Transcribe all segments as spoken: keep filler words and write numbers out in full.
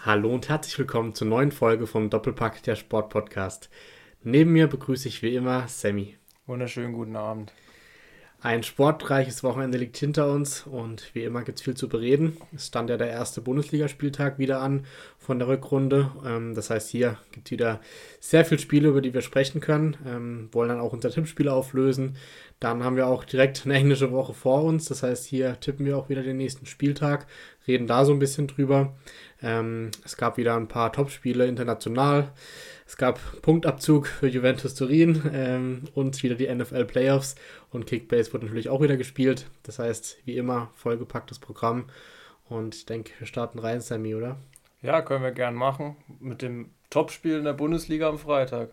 Hallo und herzlich willkommen zur neuen Folge vom Doppelpack der Sportpodcast. Neben mir begrüße ich wie immer Sammy. Wunderschönen guten Abend. Ein sportreiches Wochenende liegt hinter uns und wie immer gibt es viel zu bereden. Es stand ja der erste Bundesligaspieltag wieder an von der Rückrunde. Ähm, das heißt, hier gibt es wieder sehr viele Spiele, über die wir sprechen können. Ähm, wollen dann auch unser Tippspiel auflösen. Dann haben wir auch direkt eine englische Woche vor uns. Das heißt, hier tippen wir auch wieder den nächsten Spieltag, reden da so ein bisschen drüber. Ähm, es gab wieder ein paar Topspiele international. Es gab Punktabzug für Juventus Turin ähm, und wieder die N F L Playoffs und Kickbase wurde natürlich auch wieder gespielt. Das heißt, wie immer, vollgepacktes Programm. Und ich denke, wir starten rein, Sammy, oder? Ja, können wir gern machen. Mit dem Topspiel in der Bundesliga am Freitag.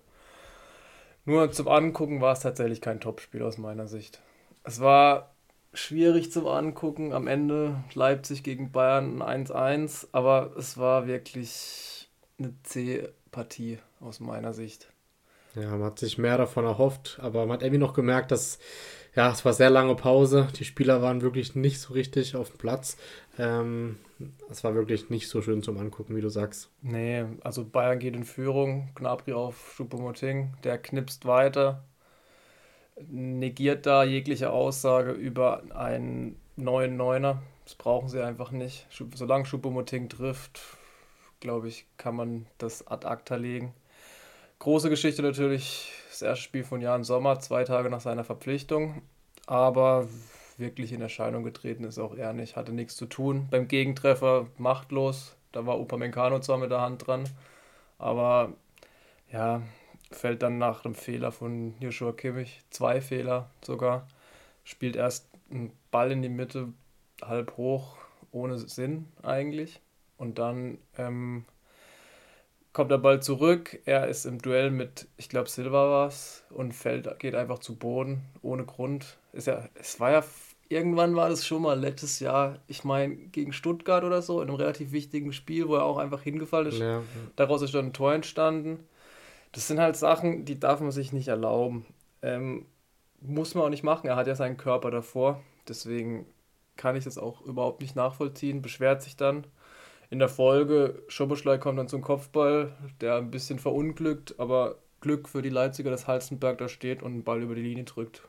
Nur zum Angucken war es tatsächlich kein Topspiel aus meiner Sicht. Es war schwierig zum Angucken. Am Ende Leipzig gegen Bayern eins eins, aber es war wirklich eine zähe Partie aus meiner Sicht. Ja, man hat sich mehr davon erhofft, aber man hat irgendwie noch gemerkt, dass, ja, es war sehr lange Pause. Die Spieler waren wirklich nicht so richtig auf dem Platz. Ähm, Es war wirklich nicht so schön zum Angucken, wie du sagst. Nee, also Bayern geht in Führung. Gnabry auf Choupo-Moting. Der knipst weiter. Negiert da jegliche Aussage über einen neuen Neuner. Das brauchen sie einfach nicht. Solange Choupo-Moting trifft, glaube ich, kann man das ad acta legen. Große Geschichte natürlich, das erste Spiel von Jan Sommer, zwei Tage nach seiner Verpflichtung. Aber wirklich in Erscheinung getreten ist auch er nicht. Hatte nichts zu tun. Beim Gegentreffer machtlos. Da war Upamecano zwar mit der Hand dran, aber ja, fällt dann nach einem Fehler von Joshua Kimmich, zwei Fehler sogar, spielt erst einen Ball in die Mitte, halb hoch, ohne Sinn eigentlich. Und dann ähm, kommt der Ball zurück, er ist im Duell mit, ich glaube Silva war es, und fällt, geht einfach zu Boden, ohne Grund. Ist ja, es war ja, irgendwann war das schon mal letztes Jahr, ich meine, gegen Stuttgart oder so, in einem relativ wichtigen Spiel, wo er auch einfach hingefallen ist. Ja, Daraus ist dann ein Tor entstanden. Das sind halt Sachen, die darf man sich nicht erlauben. Ähm, Muss man auch nicht machen. Er hat ja seinen Körper davor. Deswegen kann ich das auch überhaupt nicht nachvollziehen. Beschwert sich dann. In der Folge, Szoboszlai kommt dann zum Kopfball, der ein bisschen verunglückt, aber Glück für die Leipziger, dass Halstenberg da steht und einen Ball über die Linie drückt.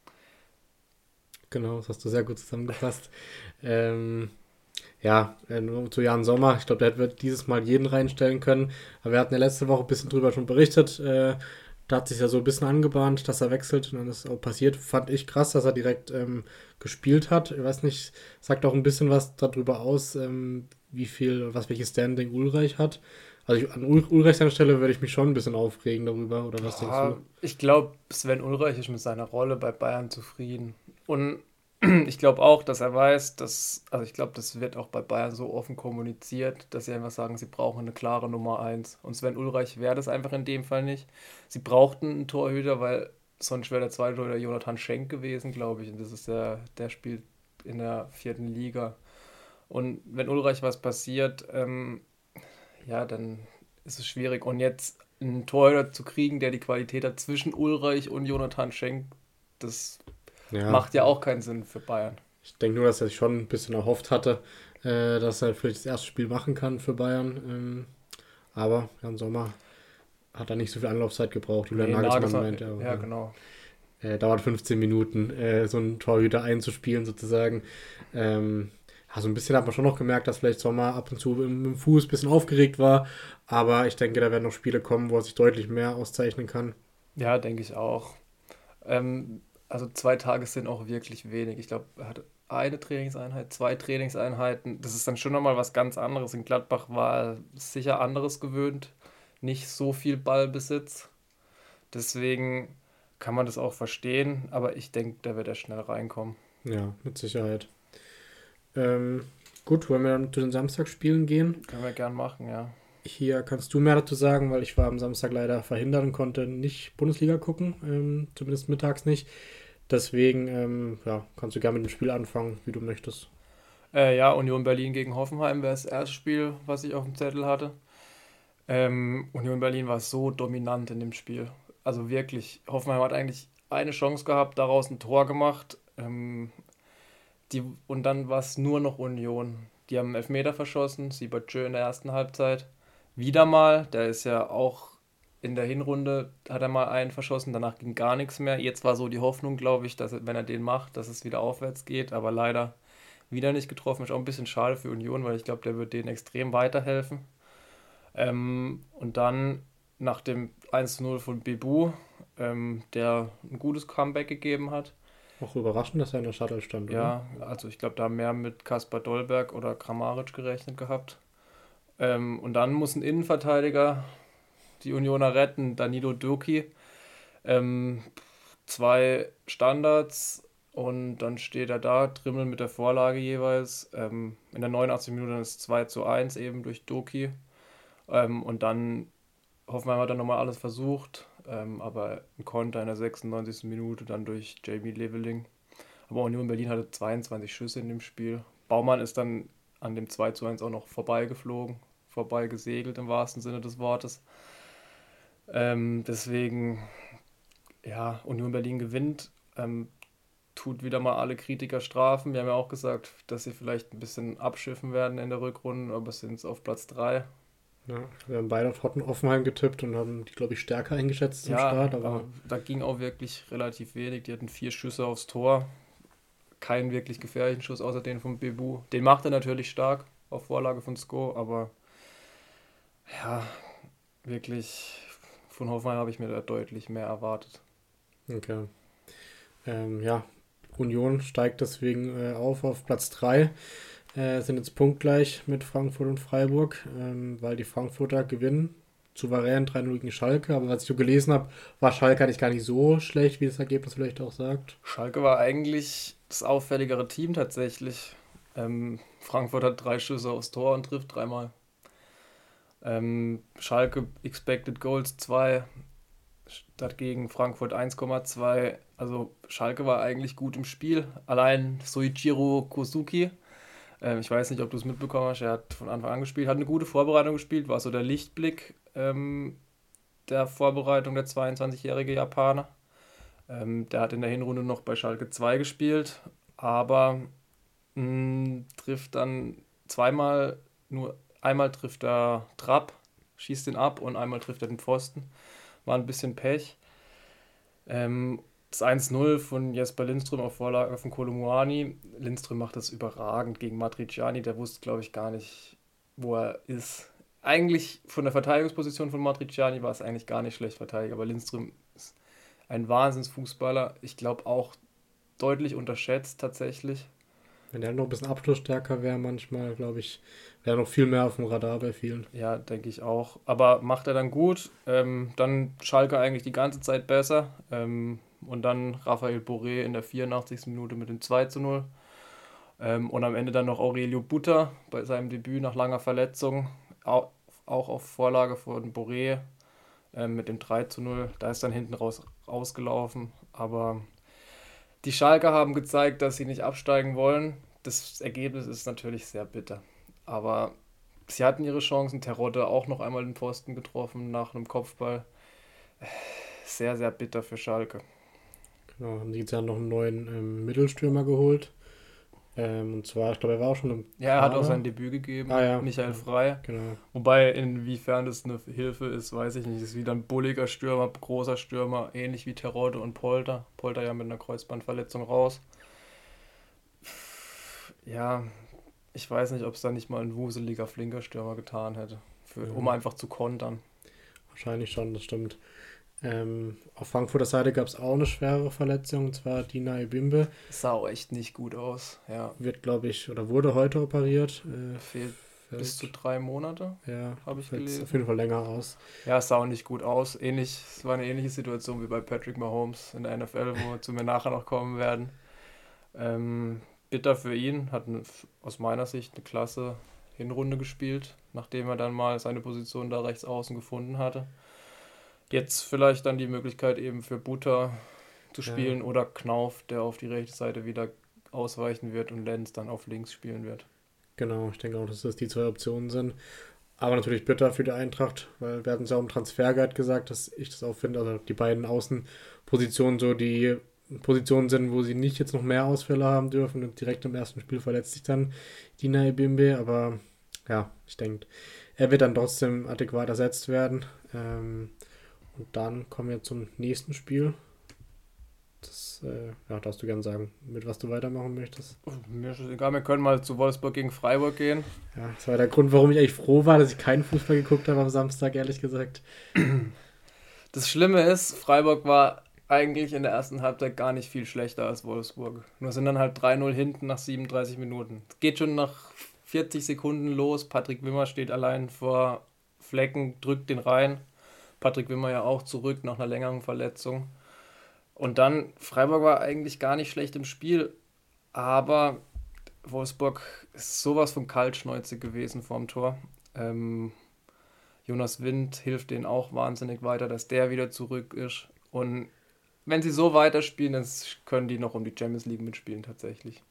genau, das hast du sehr gut zusammengefasst. Ähm, Ja, äh, nur zu Jan Sommer. Ich glaube, der wird dieses Mal jeden reinstellen können. Aber wir hatten ja letzte Woche ein bisschen drüber schon berichtet. Äh, da hat sich ja so ein bisschen angebahnt, dass er wechselt und dann ist auch passiert. Fand ich krass, dass er direkt ähm, gespielt hat. Ich weiß nicht, sagt auch ein bisschen was darüber aus, ähm, wie viel, was welches Standing Ulreich hat. Also ich, an Ul Ulreichs Stelle würde ich mich schon ein bisschen aufregen darüber, oder was denkst du? Ja, ich glaube, Sven Ulreich ist mit seiner Rolle bei Bayern zufrieden. Und ich glaube auch, dass er weiß, dass, also ich glaube, das wird auch bei Bayern so offen kommuniziert, dass sie einfach sagen, sie brauchen eine klare Nummer eins. Und Sven Ulreich wäre das einfach in dem Fall nicht. Sie brauchten einen Torhüter, weil sonst wäre der zweite Torhüter Jonathan Schenk gewesen, glaube ich. Und das ist der, der spielt in der vierten Liga. Und wenn Ulreich was passiert, ähm, ja, dann ist es schwierig. Und jetzt einen Torhüter zu kriegen, der die Qualität hat zwischen Ulreich und Jonathan Schenk, das Ja, macht ja auch keinen Sinn für Bayern. ich denke nur, dass er sich schon ein bisschen erhofft hatte, äh, dass er vielleicht das erste Spiel machen kann für Bayern. Ähm, aber Jan Sommer hat er nicht so viel Anlaufzeit gebraucht. Julian Nee, Nagelsmann Nagelsmann, meint, ja, ja, genau. äh, dauert fünfzehn Minuten, äh, so einen Torhüter einzuspielen sozusagen. Ähm, ja, so ein bisschen hat man schon noch gemerkt, dass vielleicht Sommer ab und zu im, im Fuß ein bisschen aufgeregt war. Aber ich denke, da werden noch Spiele kommen, wo er sich deutlich mehr auszeichnen kann. Ja, denke ich auch. Ähm, also zwei Tage sind auch wirklich wenig. Ich glaube, er hat eine Trainingseinheit, zwei Trainingseinheiten. Das ist dann schon nochmal was ganz anderes. In Gladbach war er sicher anderes gewöhnt. Nicht so viel Ballbesitz. Deswegen kann man das auch verstehen. Aber ich denke, da wird er schnell reinkommen. Ja, mit Sicherheit. Ähm, gut, wollen wir dann zu den Samstagspielen gehen? Können wir gern machen, ja. Hier kannst du mehr dazu sagen, weil ich war am Samstag leider verhindert und konnte nicht Bundesliga gucken, ähm, zumindest mittags nicht. Deswegen ähm, ja, kannst du gerne mit dem Spiel anfangen, wie du möchtest. Äh, ja, Union Berlin gegen Hoffenheim wäre das erste Spiel, was ich auf dem Zettel hatte. Ähm, Union Berlin war so dominant in dem Spiel. Also wirklich, Hoffenheim hat eigentlich eine Chance gehabt, daraus ein Tor gemacht. Ähm, die, und dann war es nur noch Union. die haben einen Elfmeter verschossen, Siebertjö in der ersten Halbzeit. Wieder mal, der ist ja auch in der Hinrunde, hat er mal einen verschossen, danach ging gar nichts mehr. Jetzt war so die Hoffnung, glaube ich, dass wenn er den macht, dass es wieder aufwärts geht, aber leider wieder nicht getroffen. Ist auch ein bisschen schade für Union, weil ich glaube, der wird denen extrem weiterhelfen. Ähm, und dann nach dem eins zu null von Bebu, ähm, der ein gutes Comeback gegeben hat. Auch überraschend, dass er in der Startelf stand, oder? Ja, also ich glaube, da haben mehr mit Kaspar Dolberg oder Kramaric gerechnet gehabt. Ähm, und dann muss ein Innenverteidiger die Unioner retten, Danilo Dürki. Ähm, zwei Standards und dann steht er da, Trimmel mit der Vorlage jeweils. Ähm, in der neunundachtzigsten Minute dann ist zwei zu eins eben durch Doki. Ähm, und dann Hoffenheim hat dann nochmal alles versucht, ähm, aber ein Konter in der sechsundneunzigsten Minute dann durch Jamie Leveling. Aber Union Berlin hatte zweiundzwanzig Schüsse in dem Spiel. Baumann ist dann an dem zwei zu eins auch noch vorbeigeflogen, vorbeigesegelt im wahrsten Sinne des Wortes. Ähm, deswegen, ja, Union Berlin gewinnt, ähm, tut wieder mal alle Kritiker strafen. Wir haben ja auch gesagt, dass sie vielleicht ein bisschen abschiffen werden in der Rückrunde, aber sind jetzt auf Platz drei. Ja, wir haben beide auf Hotten- Hoffenheim getippt und haben die, glaube ich, stärker eingeschätzt zum Ja, Start, aber aber da ging auch wirklich relativ wenig. Die hatten vier Schüsse aufs Tor. Keinen wirklich gefährlichen Schuss, außer den von Bebu. Den macht er natürlich stark auf Vorlage von Sko, aber ja, wirklich von Hoffenheim habe ich mir da deutlich mehr erwartet. okay. Ähm, ja, Union steigt deswegen äh, auf auf Platz drei. Äh, sind jetzt punktgleich mit Frankfurt und Freiburg, ähm, weil die Frankfurter gewinnen. Souverän drei null gegen Schalke, aber was ich so gelesen habe, war Schalke eigentlich gar nicht so schlecht, wie das Ergebnis vielleicht auch sagt. Schalke war eigentlich das auffälligere Team tatsächlich. Ähm, Frankfurt hat drei Schüsse aufs Tor und trifft dreimal. Ähm, Schalke Expected Goals zwei, statt gegen Frankfurt eins Komma zwei. Also Schalke war eigentlich gut im Spiel. Allein Soichiro Kosuki, ähm, ich weiß nicht, ob du es mitbekommen hast, er hat von Anfang an gespielt, hat eine gute Vorbereitung gespielt, war so der Lichtblick ähm, der Vorbereitung, der zweiundzwanzigjährige Japaner. Ähm, der hat in der Hinrunde noch bei Schalke zwei gespielt, aber mh, trifft dann zweimal, nur einmal trifft er Trapp, schießt ihn ab und einmal trifft er den Pfosten. War ein bisschen Pech. Ähm, das eins null von Jesper Lindström auf Vorlage von Kolomuani. Lindström macht das überragend gegen Matriciani. Der wusste, glaube ich, gar nicht, wo er ist. Eigentlich von der Verteidigungsposition von Matriciani war es eigentlich gar nicht schlecht verteidigt, aber Lindström ist ein Wahnsinnsfußballer. Ich glaube auch deutlich unterschätzt tatsächlich. Wenn der noch ein bisschen abschlussstärker wäre, manchmal, glaube ich, wäre noch viel mehr auf dem Radar bei vielen. Ja, denke ich auch. Aber macht er dann gut. Ähm, dann Schalke eigentlich die ganze Zeit besser. Ähm, und dann Raphael Boré in der vierundachtzigsten Minute mit dem zwei zu null. Ähm, und am Ende dann noch Aurelio Butter bei seinem Debüt nach langer Verletzung. Auch, auch auf Vorlage von Boré ähm, mit dem drei zu null. Da ist dann hinten raus ausgelaufen. Aber die Schalker haben gezeigt, dass sie nicht absteigen wollen. Das Ergebnis ist natürlich sehr bitter. Aber sie hatten ihre Chancen. Terodde auch noch einmal den Pfosten getroffen nach einem Kopfball. Sehr, sehr bitter für Schalke. Genau, haben die jetzt ja noch einen neuen ähm, Mittelstürmer geholt. Ähm, und zwar, ich glaube, er war auch schon im Ja, er hat auch sein Kader. Debüt gegeben, Ah ja, Michael ja, Frey. genau. Wobei, inwiefern das eine Hilfe ist, weiß ich nicht. Das ist wieder ein bulliger Stürmer, großer Stürmer, ähnlich wie Terodde und Polter. Polter ja mit einer Kreuzbandverletzung raus. Ja, ich weiß nicht, ob es da nicht mal ein wuseliger, flinker Stürmer getan hätte, für, um Ja, einfach zu kontern. wahrscheinlich schon, das stimmt. Ähm, auf Frankfurter Seite gab es auch eine schwere Verletzung, und zwar Dina Ebimbe. Sah auch echt nicht gut aus. Ja, Wird, glaube ich, oder wurde heute operiert. Äh, fehlt bis zu fällt, drei Monate, ja, habe ich fällt auf gelesen. jeden Fall länger aus. Ja, es sah auch nicht gut aus. Ähnlich, es war eine ähnliche Situation wie bei Patrick Mahomes in der N F L, wo wir zu mir nachher noch kommen werden. Ähm, bitter für ihn, hat eine, aus meiner Sicht eine klasse Hinrunde gespielt, nachdem er dann mal seine Position da rechts außen gefunden hatte. Jetzt vielleicht dann die Möglichkeit eben für Butter zu Ja, spielen oder Knauf, der auf die rechte Seite wieder ausweichen wird und Lenz dann auf links spielen wird. genau, ich denke auch, dass das die zwei Optionen sind. Aber natürlich bitter für die Eintracht, weil wir hatten es ja auch im Transferguide gesagt, dass ich das auch finde, also die beiden Außenpositionen so, die Positionen sind, wo sie nicht jetzt noch mehr Ausfälle haben dürfen. Und direkt im ersten Spiel verletzt sich dann Dina Ebimbe, aber ja, ich denke, er wird dann trotzdem adäquat ersetzt werden. Ähm, und dann kommen wir zum nächsten Spiel. Das, äh, ja, darfst du gerne sagen, mit was du weitermachen möchtest. Mir ist es egal, wir können mal zu Wolfsburg gegen Freiburg gehen. Ja, das war der Grund, warum ich eigentlich froh war, dass ich keinen Fußball geguckt habe am Samstag, ehrlich gesagt. Das Schlimme ist, Freiburg war eigentlich in der ersten Halbzeit gar nicht viel schlechter als Wolfsburg. Nur sind dann halt drei null hinten nach siebenunddreißig Minuten. Es geht schon nach vierzig Sekunden los. Patrick Wimmer steht allein vor Flecken, drückt den rein. Patrick Wimmer ja auch zurück nach einer längeren Verletzung. Und dann, Freiburg war eigentlich gar nicht schlecht im Spiel, aber Wolfsburg ist sowas von kaltschnäuzig gewesen vorm Tor. Ähm, Jonas Wind hilft denen auch wahnsinnig weiter, dass der wieder zurück ist. Und wenn sie so weiterspielen, dann können die noch um die Champions League mitspielen tatsächlich.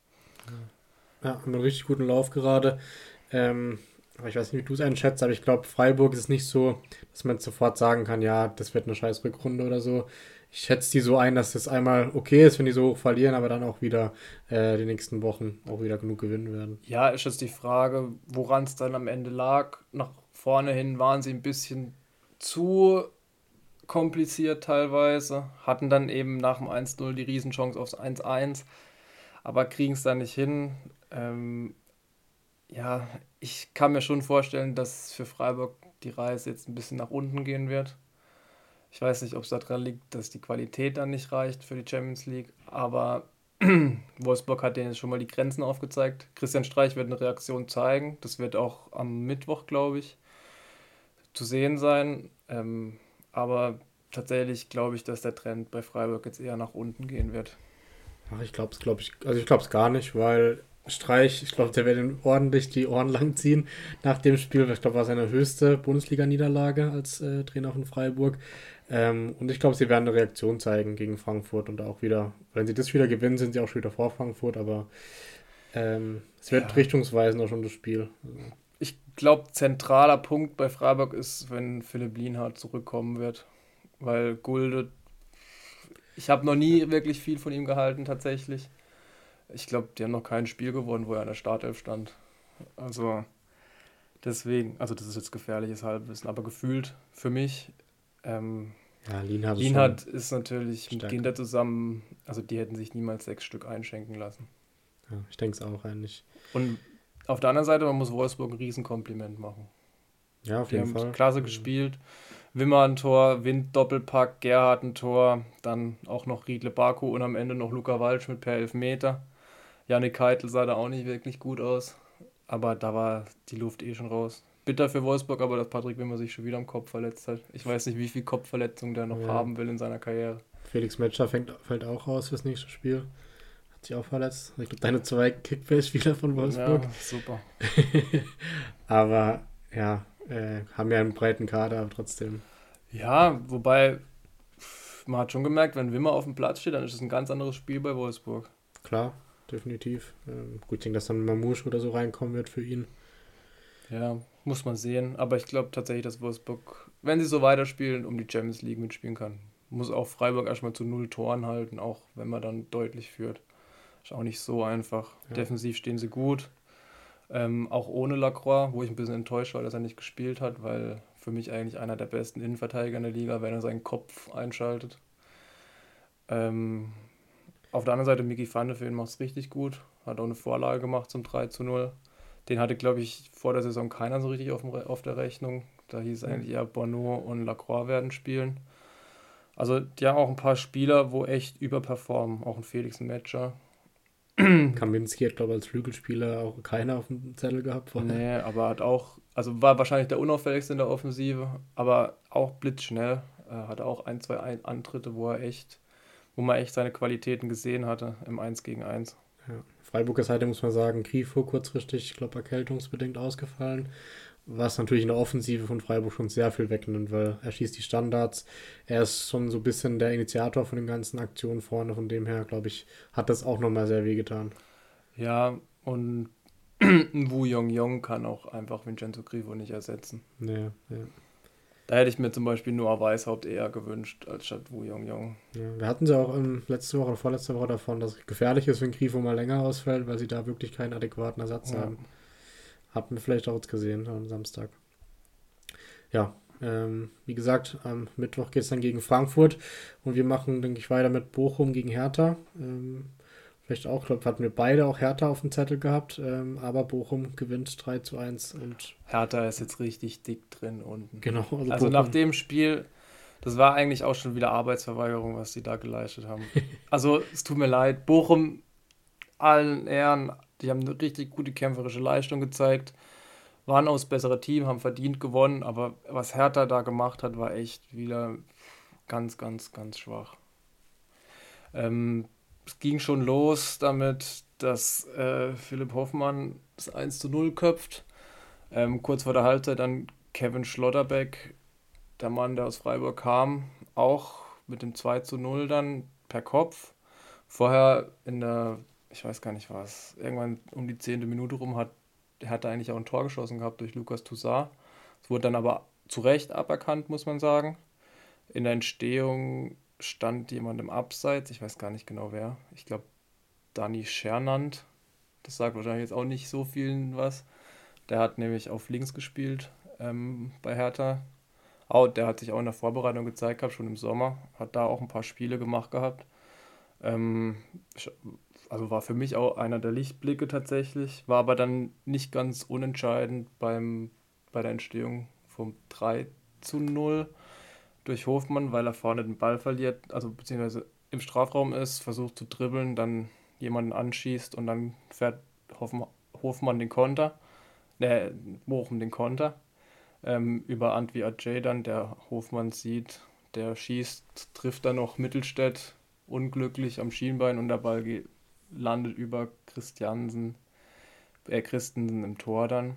Ja, haben einen richtig guten Lauf gerade. Ähm, aber ich weiß nicht, wie du es einschätzt, aber ich glaube, Freiburg ist nicht so, dass man sofort sagen kann, ja, das wird eine scheiß Rückrunde oder so. Ich schätze die so ein, dass das einmal okay ist, wenn die so hoch verlieren, aber dann auch wieder äh, die nächsten Wochen auch wieder genug gewinnen werden. Ja, ist jetzt die Frage, woran es dann am Ende lag. Nach vorne hin waren sie ein bisschen zu kompliziert teilweise, hatten dann eben nach dem eins null die Riesenchance aufs eins eins, aber kriegen es dann nicht hin. Ähm, ja, ich kann mir schon vorstellen, dass für Freiburg die Reise jetzt ein bisschen nach unten gehen wird. Ich weiß nicht, ob es daran liegt, dass die Qualität dann nicht reicht für die Champions League, aber Wolfsburg hat denen jetzt schon mal die Grenzen aufgezeigt. Christian Streich wird eine Reaktion zeigen. Das wird auch am Mittwoch, glaube ich, zu sehen sein. Ähm, aber tatsächlich glaube ich, dass der Trend bei Freiburg jetzt eher nach unten gehen wird. Ach, ich glaube es, glaube ich, also ich glaube es gar nicht, weil Streich, ich glaube, der wird ihm ordentlich die Ohren lang ziehen nach dem Spiel. Ich glaube, war seine höchste Bundesliga-Niederlage als äh, Trainer von Freiburg. Ähm, und ich glaube, sie werden eine Reaktion zeigen gegen Frankfurt und auch wieder, wenn sie das wieder gewinnen, sind sie auch schon wieder vor Frankfurt, aber ähm, es wird Ja. richtungsweisend auch schon das Spiel. Also, Ich glaube, zentraler Punkt bei Freiburg ist, wenn Philipp Lienhardt zurückkommen wird. Weil Gulde, ich habe noch nie wirklich viel von ihm gehalten tatsächlich. Ich glaube, die haben noch kein Spiel gewonnen, wo er in der Startelf stand. Also deswegen, also das ist jetzt gefährliches Halbwissen, aber gefühlt für mich, ähm, ja, Lienhardt ist Lienhardt schon ist natürlich mit stärker. Ginter zusammen, also die hätten sich niemals sechs Stück einschenken lassen. Ja, ich denke es auch eigentlich. Und auf der anderen Seite, man muss Wolfsburg ein Riesenkompliment machen. Ja, auf Die jeden haben Fall. klasse Also, gespielt. Wimmer ein Tor, Wind Doppelpack, Gerhard ein Tor, dann auch noch Riedle Baku und am Ende noch Luca Waldschmidt per Elfmeter. Yannick Keitel sah da auch nicht wirklich gut aus, aber da war die Luft eh schon raus. Bitter für Wolfsburg, aber dass Patrick Wimmer sich schon wieder am Kopf verletzt hat. Ich weiß nicht, wie viel Kopfverletzungen der noch Ja. haben will in seiner Karriere. Felix Metscher fängt, fällt auch raus fürs nächste Spiel. Hat sich auch verletzt. Ich glaube, deine zwei Kickbase-Spieler von Wolfsburg. Ja, super. Aber ja, äh, haben ja einen breiten Kader, aber trotzdem. Ja, wobei man hat schon gemerkt, wenn Wimmer auf dem Platz steht, dann ist es ein ganz anderes Spiel bei Wolfsburg. Klar, definitiv. Ähm, gut, ich denke, dass dann Mamouche oder so reinkommen wird für ihn. Ja, muss man sehen. Aber ich glaube tatsächlich, dass Wolfsburg, wenn sie so weiterspielen, um die Champions League mitspielen kann. Muss auch Freiburg erstmal zu null Toren halten, auch wenn man dann deutlich führt. Ist auch nicht so einfach. Ja. Defensiv stehen sie gut. Ähm, auch ohne Lacroix, wo ich ein bisschen enttäuscht war, dass er nicht gespielt hat, weil für mich eigentlich einer der besten Innenverteidiger in der Liga, wenn er seinen Kopf einschaltet. Ähm, auf der anderen Seite, Miki van de Ven macht es richtig gut. Hat auch eine Vorlage gemacht zum drei zu null. Den hatte, glaube ich, vor der Saison keiner so richtig auf, dem Re auf der Rechnung. Da hieß eigentlich eher Bono und Lacroix werden spielen. Also die haben auch ein paar Spieler, wo echt überperformen. Auch ein Felix Metscher. Kaminski hat, glaube ich, als Flügelspieler auch keiner auf dem Zettel gehabt vorher. Nee, aber hat auch, also war wahrscheinlich der unauffälligste in der Offensive, aber auch blitzschnell. Äh, hatte auch ein, zwei ein Antritte, wo er echt, wo man echt seine Qualitäten gesehen hatte im eins gegen eins. Ja. Freiburger Seite muss man sagen, Grifo kurzfristig, ich glaube, erkältungsbedingt ausgefallen. Was natürlich in der Offensive von Freiburg schon sehr viel wegnimmt, weil er schießt die Standards. Er ist schon so ein bisschen der Initiator von den ganzen Aktionen vorne. Von dem her, glaube ich, hat das auch nochmal sehr wehgetan. Ja, und Wu Yong Yong kann auch einfach Vincenzo Grifo nicht ersetzen. Ja, ja. Da hätte ich mir zum Beispiel Noah Weishaupt eher gewünscht, als statt Wu Jong-Jong. Ja, wir hatten sie auch ähm, letzte Woche oder vorletzte Woche davon, dass es gefährlich ist, wenn Grifo mal länger ausfällt, weil sie da wirklich keinen adäquaten Ersatz Ja. haben. Hatten wir vielleicht auch jetzt gesehen am Samstag. Ja, ähm, wie gesagt, am Mittwoch geht es dann gegen Frankfurt und wir machen, denke ich, weiter mit Bochum gegen Hertha. Ähm, vielleicht auch, glaube hatten wir beide auch Hertha auf dem Zettel gehabt, ähm, aber Bochum gewinnt drei zu eins und Hertha ist jetzt richtig dick drin unten. genau, also, Also Bochum. nach dem Spiel, das war eigentlich auch schon wieder Arbeitsverweigerung, was die da geleistet haben. Also es tut mir leid, Bochum, allen Ehren, die haben eine richtig gute kämpferische Leistung gezeigt, waren auch das bessere Team, haben verdient gewonnen, aber was Hertha da gemacht hat, war echt wieder ganz, ganz, ganz schwach. Ähm, es ging schon los damit, dass äh, Philipp Hoffmann das eins zu null köpft. Ähm, kurz vor der Halbzeit dann Kevin Schlotterbeck, der Mann, der aus Freiburg kam, auch mit dem zwei zu null dann per Kopf. Vorher in der, ich weiß gar nicht was, irgendwann um die zehnte Minute rum hat er hat eigentlich auch ein Tor geschossen gehabt durch Lucas Toussaint. Es wurde dann aber zu Recht aberkannt, muss man sagen. In der Entstehung stand jemand im Abseits, ich weiß gar nicht genau wer. Ich glaube Dani Schernand. Das sagt wahrscheinlich jetzt auch nicht so vielen was. Der hat nämlich auf links gespielt ähm, bei Hertha. Auch, der hat sich auch in der Vorbereitung gezeigt gehabt, schon im Sommer. Hat da auch ein paar Spiele gemacht gehabt. Ähm, also war für mich auch einer der Lichtblicke tatsächlich. War aber dann nicht ganz unentscheidend beim, bei der Entstehung vom drei zu null durch Hofmann, weil er vorne den Ball verliert, also beziehungsweise im Strafraum ist, versucht zu dribbeln, dann jemanden anschießt und dann fährt Hoffmann, Hofmann den Konter, äh, Bochum den Konter, ähm, über Antwi Ajay dann, der Hofmann sieht, der schießt, trifft dann noch Mittelstädt, unglücklich am Schienbein und der Ball geht, landet über Christiansen, äh, Christensen im Tor dann.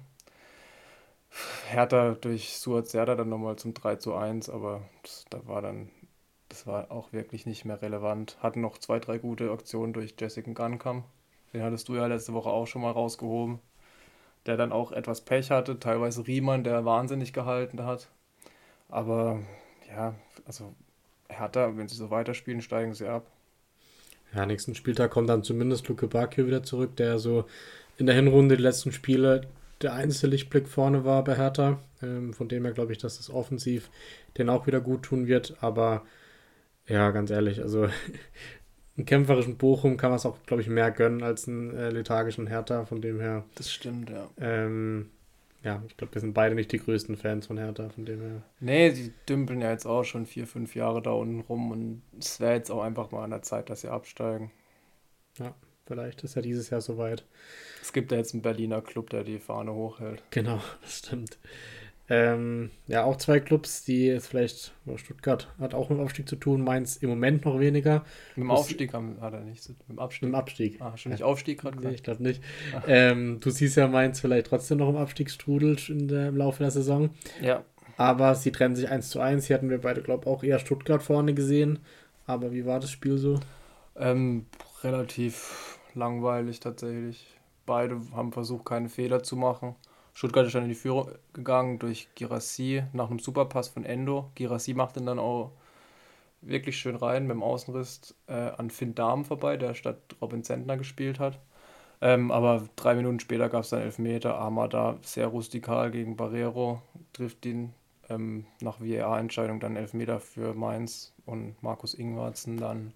Hertha durch Suat Serdar dann nochmal zum drei zu eins, aber das, da war dann, das war auch wirklich nicht mehr relevant. Hatten noch zwei, drei gute Aktionen durch Jessica Gunkam. Den hattest du ja letzte Woche auch schon mal rausgehoben. Der dann auch etwas Pech hatte, teilweise Riemann, der wahnsinnig gehalten hat. Aber ja, also Hertha, wenn sie so weiterspielen, steigen sie ab. Ja, nächsten Spieltag kommt dann zumindest Luke Bacchio wieder zurück, der so in der Hinrunde die letzten Spiele der einzige Lichtblick vorne war bei Hertha. Ähm, von dem her glaube ich, dass es offensiv den auch wieder gut tun wird. Aber ja, ganz ehrlich, also einen kämpferischen Bochum kann man es auch, glaube ich, mehr gönnen als einen äh, lethargischen Hertha. Von dem her, Das stimmt, ja. ähm, ja, ich glaube, wir sind beide nicht die größten Fans von Hertha. Von dem her. Nee, die dümpeln ja jetzt auch schon vier, fünf Jahre da unten rum und es wäre jetzt auch einfach mal an der Zeit, dass sie absteigen. Ja, vielleicht ist ja dieses Jahr soweit. Es gibt ja jetzt einen Berliner Club, der die Fahne hochhält. Genau, das stimmt. Ähm, ja, auch zwei Clubs, die jetzt vielleicht, Stuttgart hat auch mit dem Aufstieg zu tun, Mainz im Moment noch weniger. Mit dem Das- Aufstieg haben, hat er nichts. Mit dem Mit Abstieg. dem Abstieg. Ah, schon nicht Aufstieg gerade Nee, gesagt? ich glaube nicht. Ah. Ähm, du siehst ja Mainz vielleicht trotzdem noch im Abstiegsstrudel in der, im Laufe der Saison. Ja, Aber sie trennen sich eins zu eins. Hier hatten wir beide, glaube ich, auch eher Stuttgart vorne gesehen. Aber wie war das Spiel so? ähm, relativ langweilig tatsächlich. Beide haben versucht, keine Fehler zu machen. Stuttgart ist dann in die Führung gegangen durch Girassi nach einem Superpass von Endo. Girassi macht ihn dann auch wirklich schön rein mit dem Außenriss äh, an Finn Dahm vorbei, der statt Robin Zentner gespielt hat. Ähm, aber drei Minuten später gab es dann Elfmeter. Amada sehr rustikal gegen Barrero, trifft ihn ähm, nach V A R-Entscheidung dann Elfmeter für Mainz und Markus Ingwarzen dann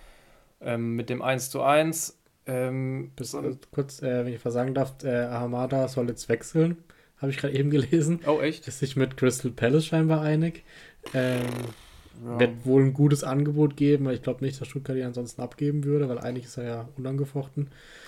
ähm, mit dem eins zu eins. Ähm, Bis, so äh, ein- kurz, äh, wenn ich versagen darf, äh, Ahamada soll jetzt wechseln. Habe ich gerade eben gelesen. oh, echt? Ist sich mit Crystal Palace scheinbar einig. Ähm, Ja. Wird wohl ein gutes Angebot geben, weil ich glaube nicht, dass Stuttgart ihn ansonsten abgeben würde, weil eigentlich ist er ja unangefochten.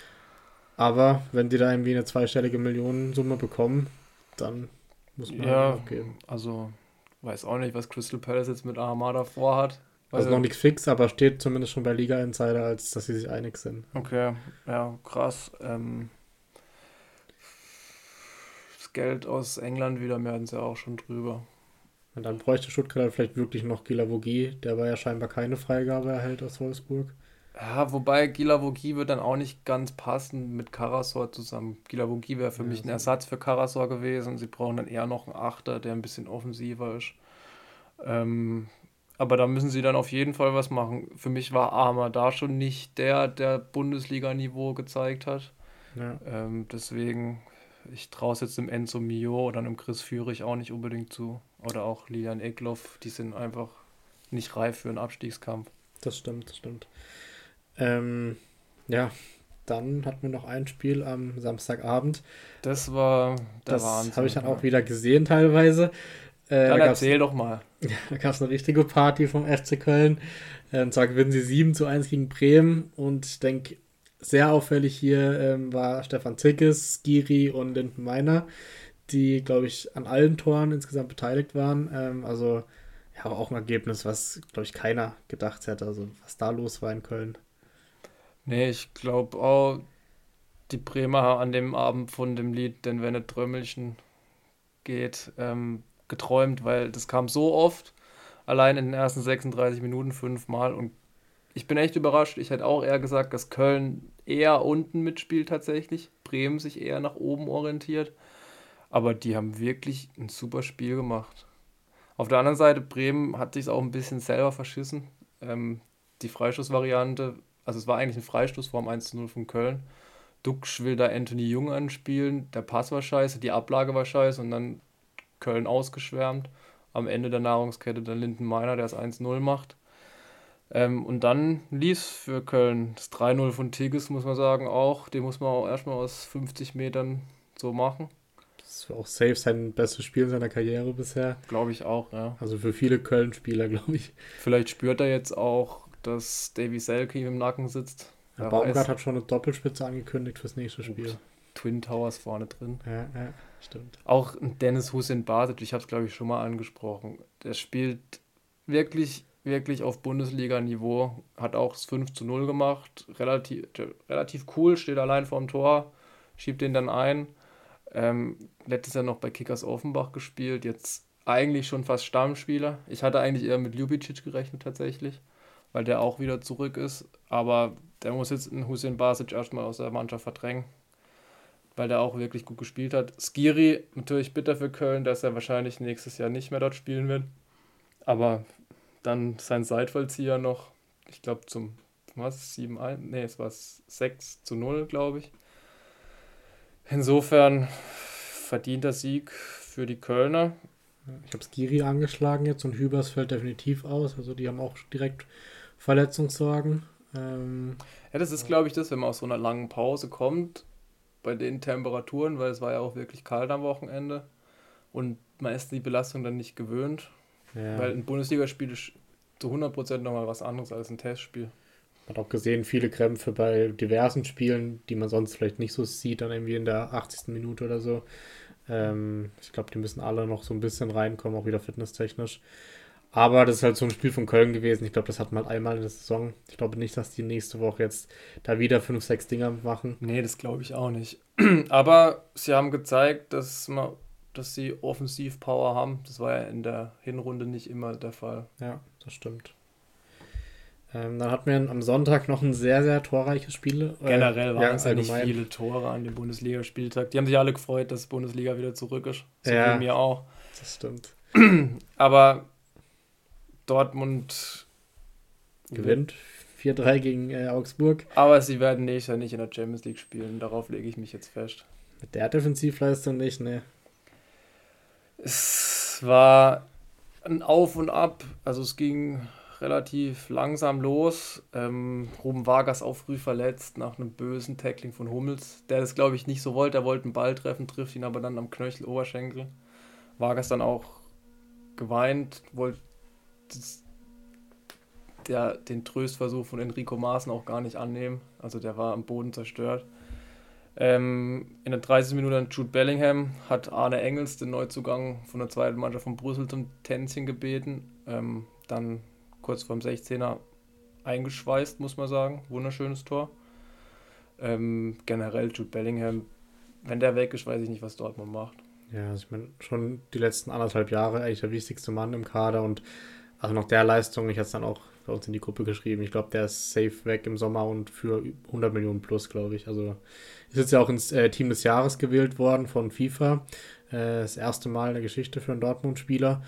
Aber wenn die da irgendwie eine zweistellige Millionensumme bekommen, dann muss man Ja, halt abgeben. also weiß auch nicht, was Crystal Palace jetzt mit Ahamada vorhat. Also Weil- noch nichts fix, aber steht zumindest schon bei Liga Insider, als dass sie sich einig sind. Okay, ja, krass. Ähm, das Geld aus England wieder, wir hatten es ja auch schon drüber. Und dann bräuchte Stuttgart halt vielleicht wirklich noch Gilavogi, der aber ja scheinbar keine Freigabe erhält aus Wolfsburg. Ja, wobei Gilavogi wird dann auch nicht ganz passen mit Karasor zusammen. Gilavogi wäre für Ja, mich ein so. Ersatz für Karasor gewesen. Sie brauchen dann eher noch einen Achter, der ein bisschen offensiver ist. Ähm, aber da müssen sie dann auf jeden Fall was machen. Für mich war Arma da schon nicht der, der Bundesliga-Niveau gezeigt hat. Ja. Ähm, deswegen, ich traue es jetzt dem Enzo Mio oder dem Chris Führig auch nicht unbedingt zu. Oder auch Lilian Ekloff, die sind einfach nicht reif für einen Abstiegskampf. Das stimmt, das stimmt. Ähm, ja, dann hatten wir noch ein Spiel am Samstagabend. Das war der Das habe ich Wahnsinn. dann auch Ja. wieder gesehen teilweise. Äh, da Dann gab es erzähl doch mal. da gab's eine richtige Party vom F C Köln. Äh, und zwar gewinnen sie sieben zu eins gegen Bremen. Und ich denke, sehr auffällig hier ähm, war Stefan Zickes, Skiri und Linden Meiner, die, glaube ich, an allen Toren insgesamt beteiligt waren. Ähm, also ja, aber auch ein Ergebnis, was, glaube ich, keiner gedacht hätte. Also was da los war in Köln. Nee, ich glaube auch, die Bremer haben an dem Abend von dem Lied "Denn wenn es Trömmelchen" geht, ähm, geträumt, weil das kam so oft, allein in den ersten sechsunddreißig Minuten fünfmal. Und ich bin echt überrascht. Ich hätte auch eher gesagt, dass Köln eher unten mitspielt tatsächlich, Bremen sich eher nach oben orientiert. Aber die haben wirklich ein super Spiel gemacht. Auf der anderen Seite, Bremen hat sich auch ein bisschen selber verschissen. Ähm, die Freistoßvariante, also es war eigentlich ein Freistoß vor dem eins zu null von Köln. Duxch will da Anthony Jung anspielen, der Pass war scheiße, die Ablage war scheiße und dann Köln ausgeschwärmt. Am Ende der Nahrungskette dann Linden Meiner, der das eins null macht. Ähm, und dann lief es für Köln. Das drei null von Tigges, muss man sagen, auch. Den muss man auch erstmal aus fünfzig Metern so machen. Das war auch safe sein bestes Spiel in seiner Karriere bisher. Glaube ich auch, ja. Also für viele Köln-Spieler, glaube ich. Vielleicht spürt er jetzt auch, dass Davy Selke ihm im Nacken sitzt. Ja, Wer Baumgart weiß. hat schon eine Doppelspitze angekündigt fürs nächste Spiel. Ups. Twin Towers vorne drin. Ja, ja, stimmt. Auch ein Dennis Hussein Basic, ich habe es glaube ich schon mal angesprochen. Der spielt wirklich, wirklich auf Bundesliga-Niveau. Hat auch das fünf zu null gemacht. Relativ, relativ cool, steht allein vorm Tor, schiebt den dann ein. Ähm, letztes Jahr noch bei Kickers Offenbach gespielt, jetzt eigentlich schon fast Stammspieler. Ich hatte eigentlich eher mit Ljubicic gerechnet tatsächlich, weil der auch wieder zurück ist. Aber der muss jetzt einen Hussein Basic erstmal aus der Mannschaft verdrängen, weil der auch wirklich gut gespielt hat. Skiri, natürlich bitter für Köln, dass er wahrscheinlich nächstes Jahr nicht mehr dort spielen wird. Aber dann sein Seitfallzieher noch, ich glaube zum, was, sieben eins, nee, es war sechs zu null, glaube ich. Insofern verdienter Sieg für die Kölner. Ich habe Skiri angeschlagen jetzt und Hübers fällt definitiv aus. Also die haben auch direkt Verletzungssorgen. Ähm, Ja, das ist, glaube ich, das, wenn man aus so einer langen Pause kommt, bei den Temperaturen, weil es war ja auch wirklich kalt am Wochenende und man ist die Belastung dann nicht gewöhnt, ja, weil ein Bundesligaspiel ist zu hundert Prozent nochmal was anderes als ein Testspiel. man hat auch gesehen, viele Krämpfe bei diversen Spielen, die man sonst vielleicht nicht so sieht, dann irgendwie in der achtzigsten Minute oder so. Ähm, ich glaube, die müssen alle noch so ein bisschen reinkommen, auch wieder fitnesstechnisch. Aber das ist halt so ein Spiel von Köln gewesen. Ich glaube, das hat man einmal in der Saison. Ich glaube nicht, dass die nächste Woche jetzt da wieder fünf, sechs Dinger machen. Nee, das glaube ich auch nicht. Aber sie haben gezeigt, dass, man, dass sie Offensivpower haben. Das war ja in der Hinrunde nicht immer der Fall. Ja, das stimmt. Ähm, dann hatten wir am Sonntag noch ein sehr, sehr torreiches Spiel. Äh, Generell waren ja, es ja nicht allgemein. viele Tore an dem Bundesligaspieltag. Die haben sich alle gefreut, dass Bundesliga wieder zurück ist. So Ja. wie mir auch. Das stimmt. Aber Dortmund Gewinnt vier drei gegen äh, Augsburg. Aber sie werden nächstes Jahr nicht in der Champions League spielen. Darauf lege ich mich jetzt fest. Mit der Defensivleistung nicht, ne? Es war ein Auf und Ab. Also es ging relativ langsam los. Ähm, Ruben Vargas auch früh verletzt nach einem bösen Tackling von Hummels. Der das, glaube ich, nicht so wollte. Er wollte einen Ball treffen, trifft ihn aber dann am Knöchel, Oberschenkel. Vargas dann auch geweint, wollte das, der, den Tröstversuch von Enrico Maaßen auch gar nicht annehmen. Also der war am Boden zerstört. Ähm, in der dreißigsten Minute an Jude Bellingham hat Arne Engels, den Neuzugang von der zweiten Mannschaft von Brüssel, zum Tänzchen gebeten. Ähm, dann kurz vorm sechzehner eingeschweißt, muss man sagen. Wunderschönes Tor. Ähm, generell Jude Bellingham, wenn der weg ist, weiß ich nicht, was Dortmund macht. Ja, also ich meine, schon die letzten anderthalb Jahre eigentlich der wichtigste Mann im Kader und also nach der Leistung, ich hatte es dann auch bei uns in die Gruppe geschrieben, ich glaube, der ist safe weg im Sommer und für hundert Millionen plus, glaube ich. Also ist jetzt ja auch ins äh, Team des Jahres gewählt worden von FIFA. Äh, das erste Mal in der Geschichte für einen Dortmund-Spieler.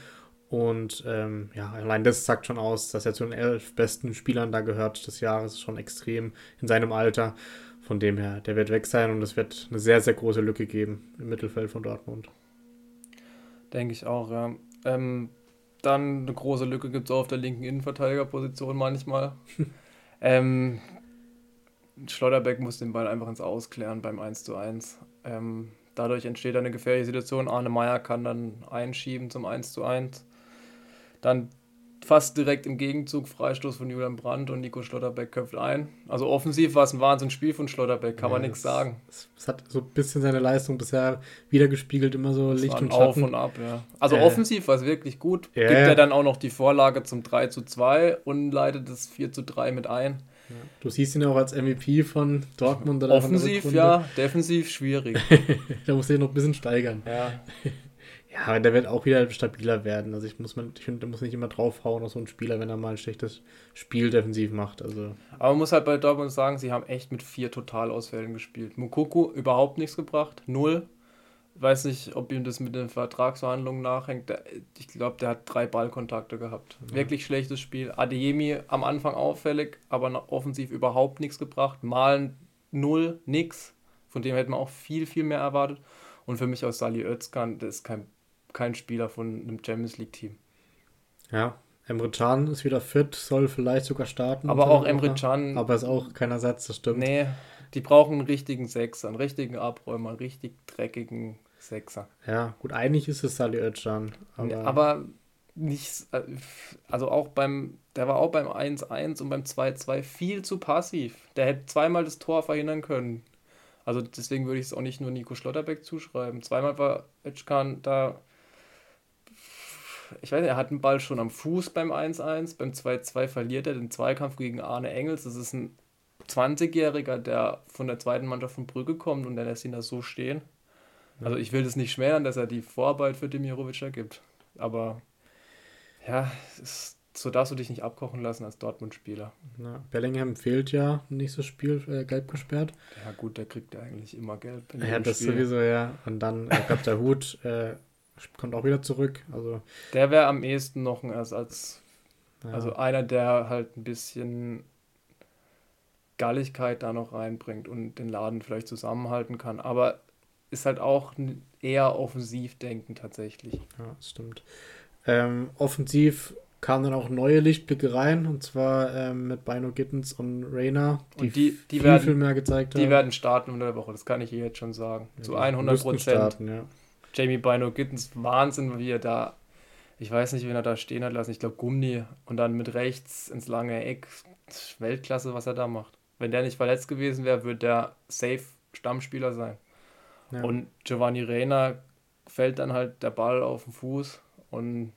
Und ähm, ja, allein das sagt schon aus, dass er zu den elf besten Spielern da gehört des Jahres, schon extrem in seinem Alter. Von dem her, der wird weg sein und es wird eine sehr, sehr große Lücke geben im Mittelfeld von Dortmund. Denke ich auch, ja. Ähm, dann eine große Lücke gibt es auch auf der linken Innenverteidigerposition manchmal. Ähm, Schlotterbeck muss den Ball einfach ins Ausklären beim eins zu eins. Ähm, dadurch entsteht eine gefährliche Situation. Arne Meyer kann dann einschieben zum eins zu eins. Dann fast direkt im Gegenzug Freistoß von Julian Brandt und Nico Schlotterbeck köpft ein. Also offensiv war es ein Wahnsinnsspiel von Schlotterbeck, kann Ja, man nichts es, sagen. es, es hat so ein bisschen seine Leistung bisher wiedergespiegelt, immer so Es Licht war ein und Auf Schatten. und Ab, ja. Also Äh, offensiv war es wirklich gut. ja, Gibt er ja. dann auch noch die Vorlage zum drei zu zwei und leitet das vier zu drei mit ein. Ja. Du siehst ihn auch als M V P von Dortmund oder von der Offensiv, Rückrunde. ja, defensiv schwierig. Da muss er noch ein bisschen steigern. Ja, Ja, aber der wird auch wieder stabiler werden. Also ich muss man, ich finde, der muss nicht immer draufhauen auf so einen Spieler, wenn er mal ein schlechtes Spiel defensiv macht. Also aber man muss halt bei Dortmund sagen, sie haben echt mit vier Totalausfällen gespielt. Mukoko überhaupt nichts gebracht, null. Weiß nicht, ob ihm das mit den Vertragsverhandlungen nachhängt. Der, ich glaube, der hat drei Ballkontakte gehabt. Ja. Wirklich schlechtes Spiel. Adeyemi am Anfang auffällig, aber noch offensiv überhaupt nichts gebracht. Malen null, nix. Von dem hätte man auch viel, viel mehr erwartet. Und für mich aus Sali Özcan, das ist kein, kein Spieler von einem Champions League-Team. ja, Emre Can ist wieder fit, soll vielleicht sogar starten. Aber unter auch der Emre Woche. Can, Aber ist auch kein Ersatz, das stimmt. nee, die brauchen einen richtigen Sechser, einen richtigen Abräumer, einen richtig dreckigen Sechser. Ja, gut, eigentlich ist es Salih Özcan. Nee, Aber aber nicht, äh, also auch beim, der war auch beim eins eins und beim zwei zwei viel zu passiv. Der hätte zweimal das Tor verhindern können. Also deswegen würde ich es auch nicht nur Nico Schlotterbeck zuschreiben. Zweimal war Özcan da, ich weiß nicht, er hat den Ball schon am Fuß beim eins eins, beim zwei zwei verliert er den Zweikampf gegen Arne Engels. Das ist ein zwanzigjähriger, der von der zweiten Mannschaft von Brügge kommt und der lässt ihn da so stehen. Also ich will das nicht schmälern, dass er die Vorarbeit für Demirovic da gibt. Aber ja, es, so darfst du dich nicht abkochen lassen als Dortmund-Spieler. na, Bellingham fehlt ja, nächstes Spiel äh, gelb gesperrt. Ja gut, der kriegt ja eigentlich immer Gelb in Ja, jedem das Spiel. sowieso, ja. Und dann, ich glaube, der Hut äh, kommt auch wieder zurück. Also, Der wäre am ehesten noch ein Ersatz. ja. Also einer, der halt ein bisschen Galligkeit da noch reinbringt und den Laden vielleicht zusammenhalten kann. Aber ist halt auch n- eher offensiv denken tatsächlich. Ja, das stimmt. Ähm, offensiv kamen dann auch neue Lichtblicke rein, und zwar ähm, mit Bino Gittens und Reina, die, Und die- die viel, werden- viel mehr gezeigt haben. Die werden starten unter der Woche, das kann ich hier jetzt schon sagen. Ja, Zu die hundert müssten Prozent. starten, ja. Jamie Bino Gittens, Wahnsinn, wie er da, ich weiß nicht, wen er da stehen hat lassen, ich glaube Gummi und dann mit rechts ins lange Eck. Weltklasse, was er da macht. Wenn der nicht verletzt gewesen wäre, würde der safe Stammspieler sein. Ja. Und Giovanni Reina fällt dann halt der Ball auf den Fuß und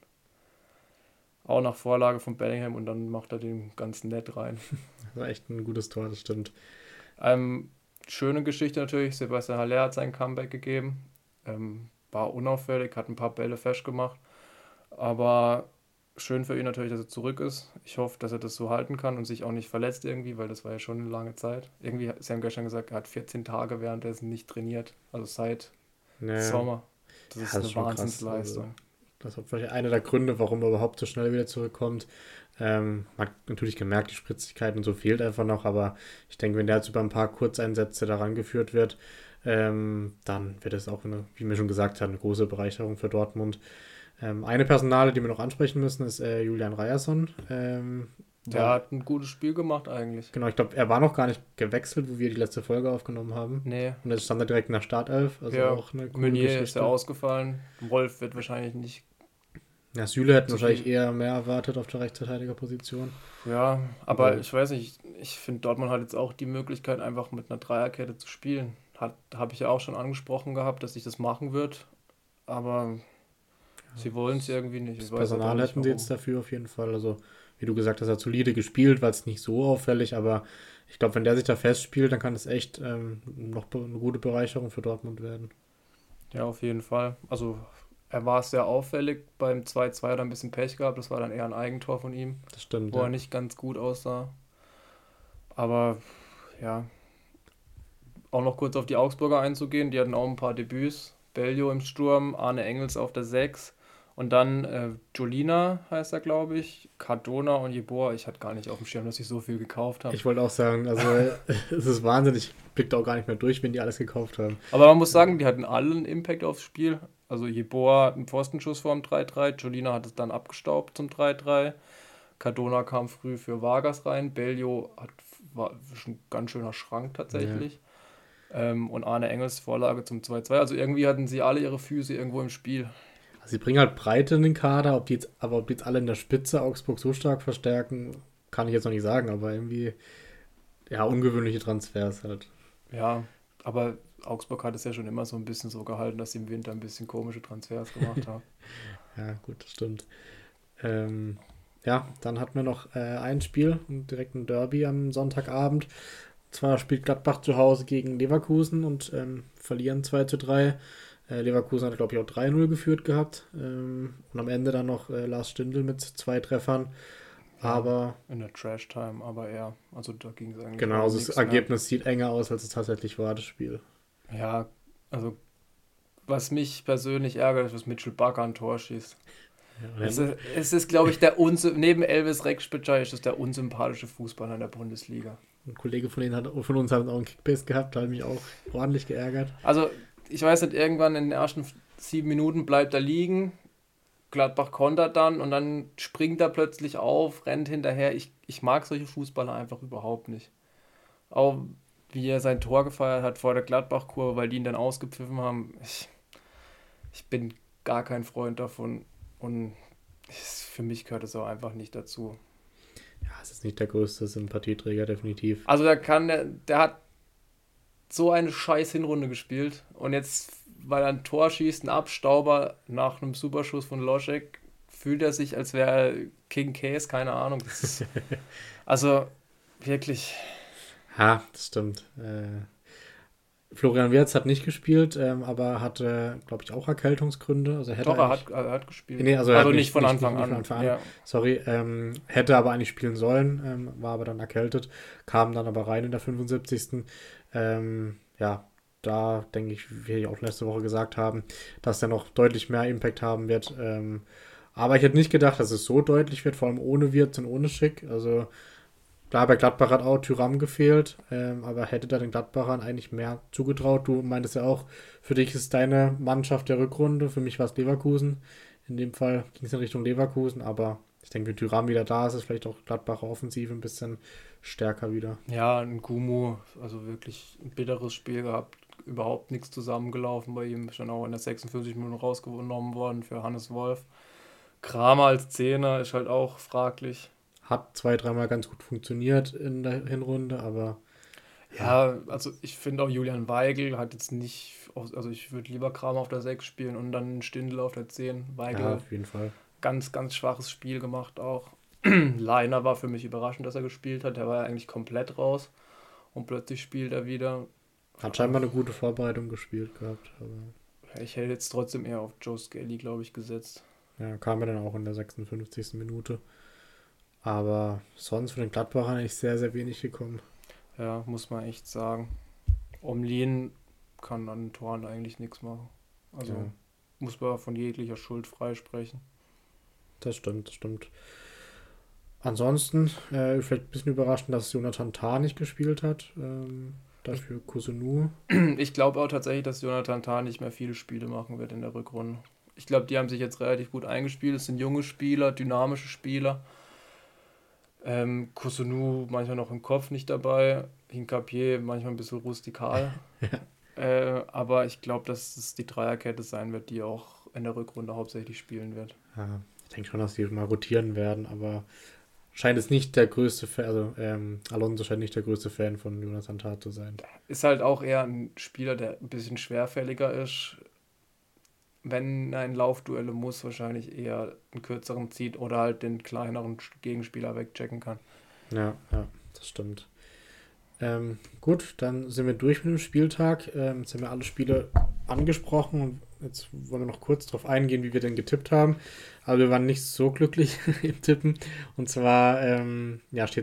auch nach Vorlage von Bellingham und dann macht er den ganz nett rein. Das war echt ein gutes Tor, das stimmt. Ähm, schöne Geschichte natürlich, Sebastian Haller hat sein Comeback gegeben. Ähm, war unauffällig, hat ein paar Bälle festgemacht. Aber schön für ihn natürlich, dass er zurück ist. Ich hoffe, dass er das so halten kann und sich auch nicht verletzt irgendwie, weil das war ja schon eine lange Zeit. Irgendwie, Sie haben gestern gesagt, er hat vierzehn Tage währenddessen nicht trainiert. Also seit Ja, Sommer. Das Ja, ist das eine ist schon krass, Wahnsinnsleistung. also. Das ist vielleicht einer der Gründe, warum er überhaupt so schnell wieder zurückkommt. Ähm, man hat natürlich gemerkt, die Spritzigkeit und so fehlt einfach noch, aber ich denke, wenn der jetzt über ein paar Kurzeinsätze daran geführt wird, ähm, dann wird es auch, eine, wie wir schon gesagt haben, eine große Bereicherung für Dortmund. Ähm, eine Personale, die wir noch ansprechen müssen, ist äh, Julian Ryerson. Ähm, Der war- hat ein gutes Spiel gemacht eigentlich. Genau, ich glaube, er war noch gar nicht gewechselt, wo wir die letzte Folge aufgenommen haben. Nee, Und jetzt stand er direkt in der Startelf, also Ja, auch eine coole Meunier ist Geschichte. ja ausgefallen. Wolf wird wahrscheinlich nicht. Ja, Süle hätten Zu wahrscheinlich viel. eher mehr erwartet auf der Rechtsverteidigerposition. Ja, aber Ja. ich weiß nicht, ich finde, Dortmund hat jetzt auch die Möglichkeit, einfach mit einer Dreierkette zu spielen. Hat, habe ich ja auch schon angesprochen gehabt, dass ich das machen wird. Aber sie wollen es irgendwie nicht. Das Ich weiß Personal aber nicht, hätten sie warum. jetzt dafür auf jeden Fall. Also, wie du gesagt hast, er hat solide gespielt, war es nicht so auffällig, aber ich glaube, wenn der sich da festspielt, dann kann es echt ähm, noch be- eine gute Bereicherung für Dortmund werden. Ja, auf jeden Fall. Also er war sehr auffällig beim zwei zwei, hat er ein bisschen Pech gehabt. Das war dann eher ein Eigentor von ihm, Das stimmt. wo er Ja. nicht ganz gut aussah. Aber ja, auch noch kurz auf die Augsburger einzugehen. Die hatten auch ein paar Debüts. Bellio im Sturm, Arne Engels auf der sechs Und dann äh, Jolina heißt er, glaube ich, Cardona und Jeboa. Ich hatte gar nicht auf dem Schirm, dass ich so viel gekauft habe. Ich wollte auch sagen, also es ist Wahnsinn, ich blick da auch gar nicht mehr durch, wenn die alles gekauft haben. Aber man muss sagen, die hatten alle einen Impact aufs Spiel. Also Jeboa hat einen Pfostenschuss vor dem drei drei, Jolina hat es dann abgestaubt zum drei drei. Cardona kam früh für Vargas rein, Bellio hat, war schon ein ganz schöner Schrank tatsächlich. Ja. Ähm, und Arne Engels Vorlage zum zwei zwei. Also irgendwie hatten sie alle ihre Füße irgendwo im Spiel. Also sie bringen halt Breite in den Kader, ob die jetzt, aber ob die jetzt alle in der Spitze Augsburg so stark verstärken, kann ich jetzt noch nicht sagen, aber irgendwie, ja, ungewöhnliche Transfers halt. Ja, aber Augsburg hat es ja schon immer so ein bisschen so gehalten, dass sie im Winter ein bisschen komische Transfers gemacht haben. Ja, gut, das stimmt. Ähm, ja, dann hatten wir noch äh, ein Spiel, direkt ein Derby am Sonntagabend. Zwar spielt Gladbach zu Hause gegen Leverkusen und ähm, verlieren zwei zu drei. Äh, Leverkusen hat, glaube ich, auch drei null geführt gehabt. Ähm, und am Ende dann noch äh, Lars Stindl mit zwei Treffern. Ja, Aber in der Trash-Time, aber eher. Also da ging es eigentlich genau, um also das nichts mehr. Ergebnis sieht enger aus, als es tatsächlich war, das Spiel. Ja, also was mich persönlich ärgert, ist, dass Mitchell Bakker ein Tor schießt. Ja, Es ist, es ist glaube ich, der unsy- neben Elvis Rekspitschei ist es der unsympathische Fußballer in der Bundesliga. ein Kollege von, denen hat, von uns hat auch einen Kickbase gehabt, da hat mich auch ordentlich geärgert. Also, ich weiß nicht, irgendwann in den ersten sieben Minuten bleibt er liegen, Gladbach kontert dann und dann springt er plötzlich auf, rennt hinterher. Ich, ich mag solche Fußballer einfach überhaupt nicht. Auch wie er sein Tor gefeiert hat vor der Gladbach-Kurve, weil die ihn dann ausgepfiffen haben. Ich, ich bin gar kein Freund davon und es, für mich gehört es auch einfach nicht dazu. Ja, es ist nicht der größte Sympathieträger, definitiv. Also der kann, der, der hat so eine scheiß Hinrunde gespielt und jetzt, weil er ein Tor schießt, ein Abstauber nach einem Superschuss von Loschek, fühlt er sich, als wäre er King Case, keine Ahnung. Das ist, also wirklich. Ha, das stimmt. Äh, Florian Wirtz hat nicht gespielt, ähm, aber hatte, glaube ich, auch Erkältungsgründe. Also hätte Doch, er eigentlich- hat, er hat gespielt. Nee, also, er also hat nicht, von Anfang nicht an. von Anfang an. Ja. Sorry, ähm, hätte aber eigentlich spielen sollen, ähm, war aber dann erkältet, kam dann aber rein in der fünfundsiebzigsten. Ähm, ja, da denke ich, wie ich auch letzte Woche gesagt haben, dass der noch deutlich mehr Impact haben wird. Ähm, aber ich hätte nicht gedacht, dass es so deutlich wird, vor allem ohne Wirtz und ohne Schick. Also klar, bei Gladbach hat auch Thuram gefehlt, ähm, aber hätte da den Gladbachern eigentlich mehr zugetraut. Du meintest ja auch, für dich ist deine Mannschaft der Rückrunde, für mich war es Leverkusen. In dem Fall ging es in Richtung Leverkusen, aber ich denke, wenn Thuram wieder da ist, ist vielleicht auch Gladbacher Offensive ein bisschen stärker wieder. Ja, ein Gumu, also wirklich ein bitteres Spiel gehabt. Überhaupt nichts zusammengelaufen bei ihm. Schon auch in der sechsundfünfzig Minuten rausgenommen worden für Hannes Wolf. Kramer als Zehner ist halt auch fraglich. Hat zwei, dreimal ganz gut funktioniert in der Hinrunde, aber Ja, also ich finde auch Julian Weigl hat jetzt nicht, auf- also ich würde lieber Kramer auf der sechs spielen und dann Stindl auf der zehn. Weigl, ja, auf jeden Fall. ganz, ganz schwaches Spiel gemacht auch. Leiner war für mich überraschend, dass er gespielt hat. Der war ja eigentlich komplett raus und plötzlich spielt er wieder. Hat scheinbar eine gute Vorbereitung gespielt gehabt, aber Ich hätte jetzt trotzdem eher auf Joe Skelly, glaube ich, gesetzt. ja, kam er dann auch in der sechsundfünfzigsten Minute. Aber sonst von den Gladbachern eigentlich sehr, sehr wenig gekommen. Ja, muss man echt sagen. Omlin kann an den Toren eigentlich nichts machen. Also Ja. muss man von jeglicher Schuld freisprechen. Das stimmt, das stimmt. Ansonsten, äh, vielleicht ein bisschen überraschend, dass Jonathan Tah nicht gespielt hat. Ähm, dafür Kusunu. Ich glaube auch tatsächlich, dass Jonathan Tah nicht mehr viele Spiele machen wird in der Rückrunde. Ich glaube, die haben sich jetzt relativ gut eingespielt. Es sind junge Spieler, dynamische Spieler. Ähm, Kusunu manchmal noch im Kopf nicht dabei. Hincapié manchmal ein bisschen rustikal. äh, aber ich glaube, dass es die Dreierkette sein wird, die auch in der Rückrunde hauptsächlich spielen wird. Ja, ich denke schon, dass die mal rotieren werden, aber scheint es nicht der größte Fan, also ähm, Alonso scheint nicht der größte Fan von Jonathan Tah zu sein. Ist halt auch eher ein Spieler, der ein bisschen schwerfälliger ist. Wenn er in Laufduelle muss, wahrscheinlich eher einen kürzeren zieht oder halt den kleineren Gegenspieler wegchecken kann. Ja, ja, das stimmt. Ähm, gut, dann sind wir durch mit dem Spieltag. Ähm, jetzt haben wir alle Spiele angesprochen und jetzt wollen wir noch kurz darauf eingehen, wie wir denn getippt haben. Aber wir waren nicht so glücklich im Tippen. Und zwar ähm, ja, steht es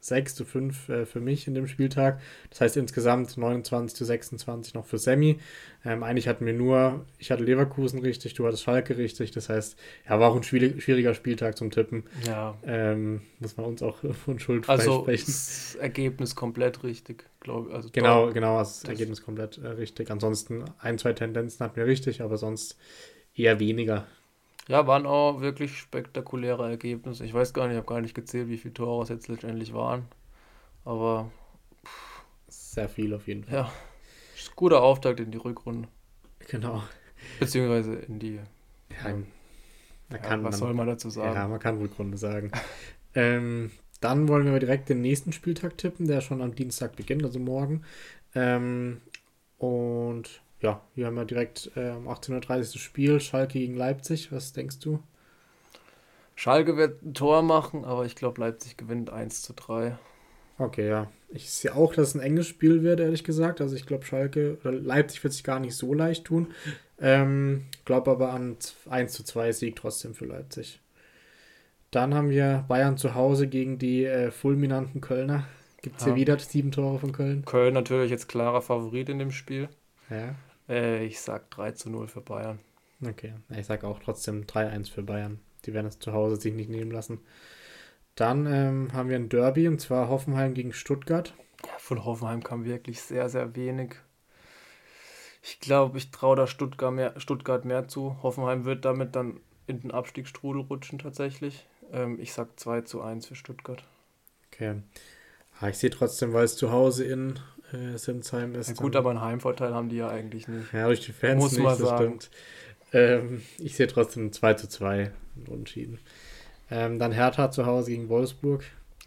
sechs zu fünf äh, für mich in dem Spieltag. Das heißt insgesamt neunundzwanzig zu sechsundzwanzig noch für Sammy. Ähm, eigentlich hatten wir nur, ich hatte Leverkusen richtig, du hattest Schalke richtig. Das heißt, ja, war auch ein schwierig, schwieriger Spieltag zum Tippen. Ja. Ähm, muss man uns auch von Schuld Also freisprechen. das Ergebnis komplett richtig, glaube ich. Also Genau, dort, genau, das, das Ergebnis komplett äh, richtig. Ansonsten ein, zwei Tendenzen hatten wir richtig, aber sonst eher weniger. ja, waren auch wirklich spektakuläre Ergebnisse. Ich weiß gar nicht, ich habe gar nicht gezählt, wie viele Tore es jetzt letztendlich waren. Aber Sehr viel auf jeden Fall. ja, ist ein guter Auftakt in die Rückrunde. Genau. Beziehungsweise in die. Ja, Ja, man ja, kann was man, soll man dazu sagen? ja, man kann Rückrunde sagen. ähm, dann wollen wir aber direkt den nächsten Spieltag tippen, der schon am Dienstag beginnt, also morgen. Ähm, und ja, wir haben ja direkt äh, um achtzehn Uhr dreißig das Spiel, Schalke gegen Leipzig. Was denkst du? Schalke wird ein Tor machen, aber ich glaube, Leipzig gewinnt eins zu drei. Okay, ja. Ich sehe auch, dass es ein enges Spiel wird, ehrlich gesagt. Also ich glaube, Schalke oder Leipzig wird sich gar nicht so leicht tun. Ähm, glaube aber an eins zu zwei Sieg trotzdem für Leipzig. Dann haben wir Bayern zu Hause gegen die äh, fulminanten Kölner. Gibt es hier Ja. wieder sieben Tore von Köln? Köln natürlich jetzt klarer Favorit in dem Spiel. Ja, Äh, ich sag drei zu null für Bayern. okay. Ich sage auch trotzdem drei eins für Bayern. Die werden es zu Hause sich nicht nehmen lassen. Dann ähm, haben wir ein Derby, und zwar Hoffenheim gegen Stuttgart. Ja, von Hoffenheim kam wirklich sehr, sehr wenig. Ich glaube, ich traue da Stuttgart mehr, Stuttgart mehr zu. Hoffenheim wird damit dann in den Abstiegsstrudel rutschen tatsächlich. Ähm, ich sag zwei zu eins für Stuttgart. Okay. Ah, ich sehe trotzdem, weil es zu Hause in äh, Sinsheim ist. Ja gut, dann- aber einen Heimvorteil haben die ja eigentlich nicht. Ja, durch die Fans Muss nicht, man das sagen. stimmt. Ähm, ich sehe trotzdem zwei zu zwei Unentschieden. Ähm, dann Hertha zu Hause gegen Wolfsburg.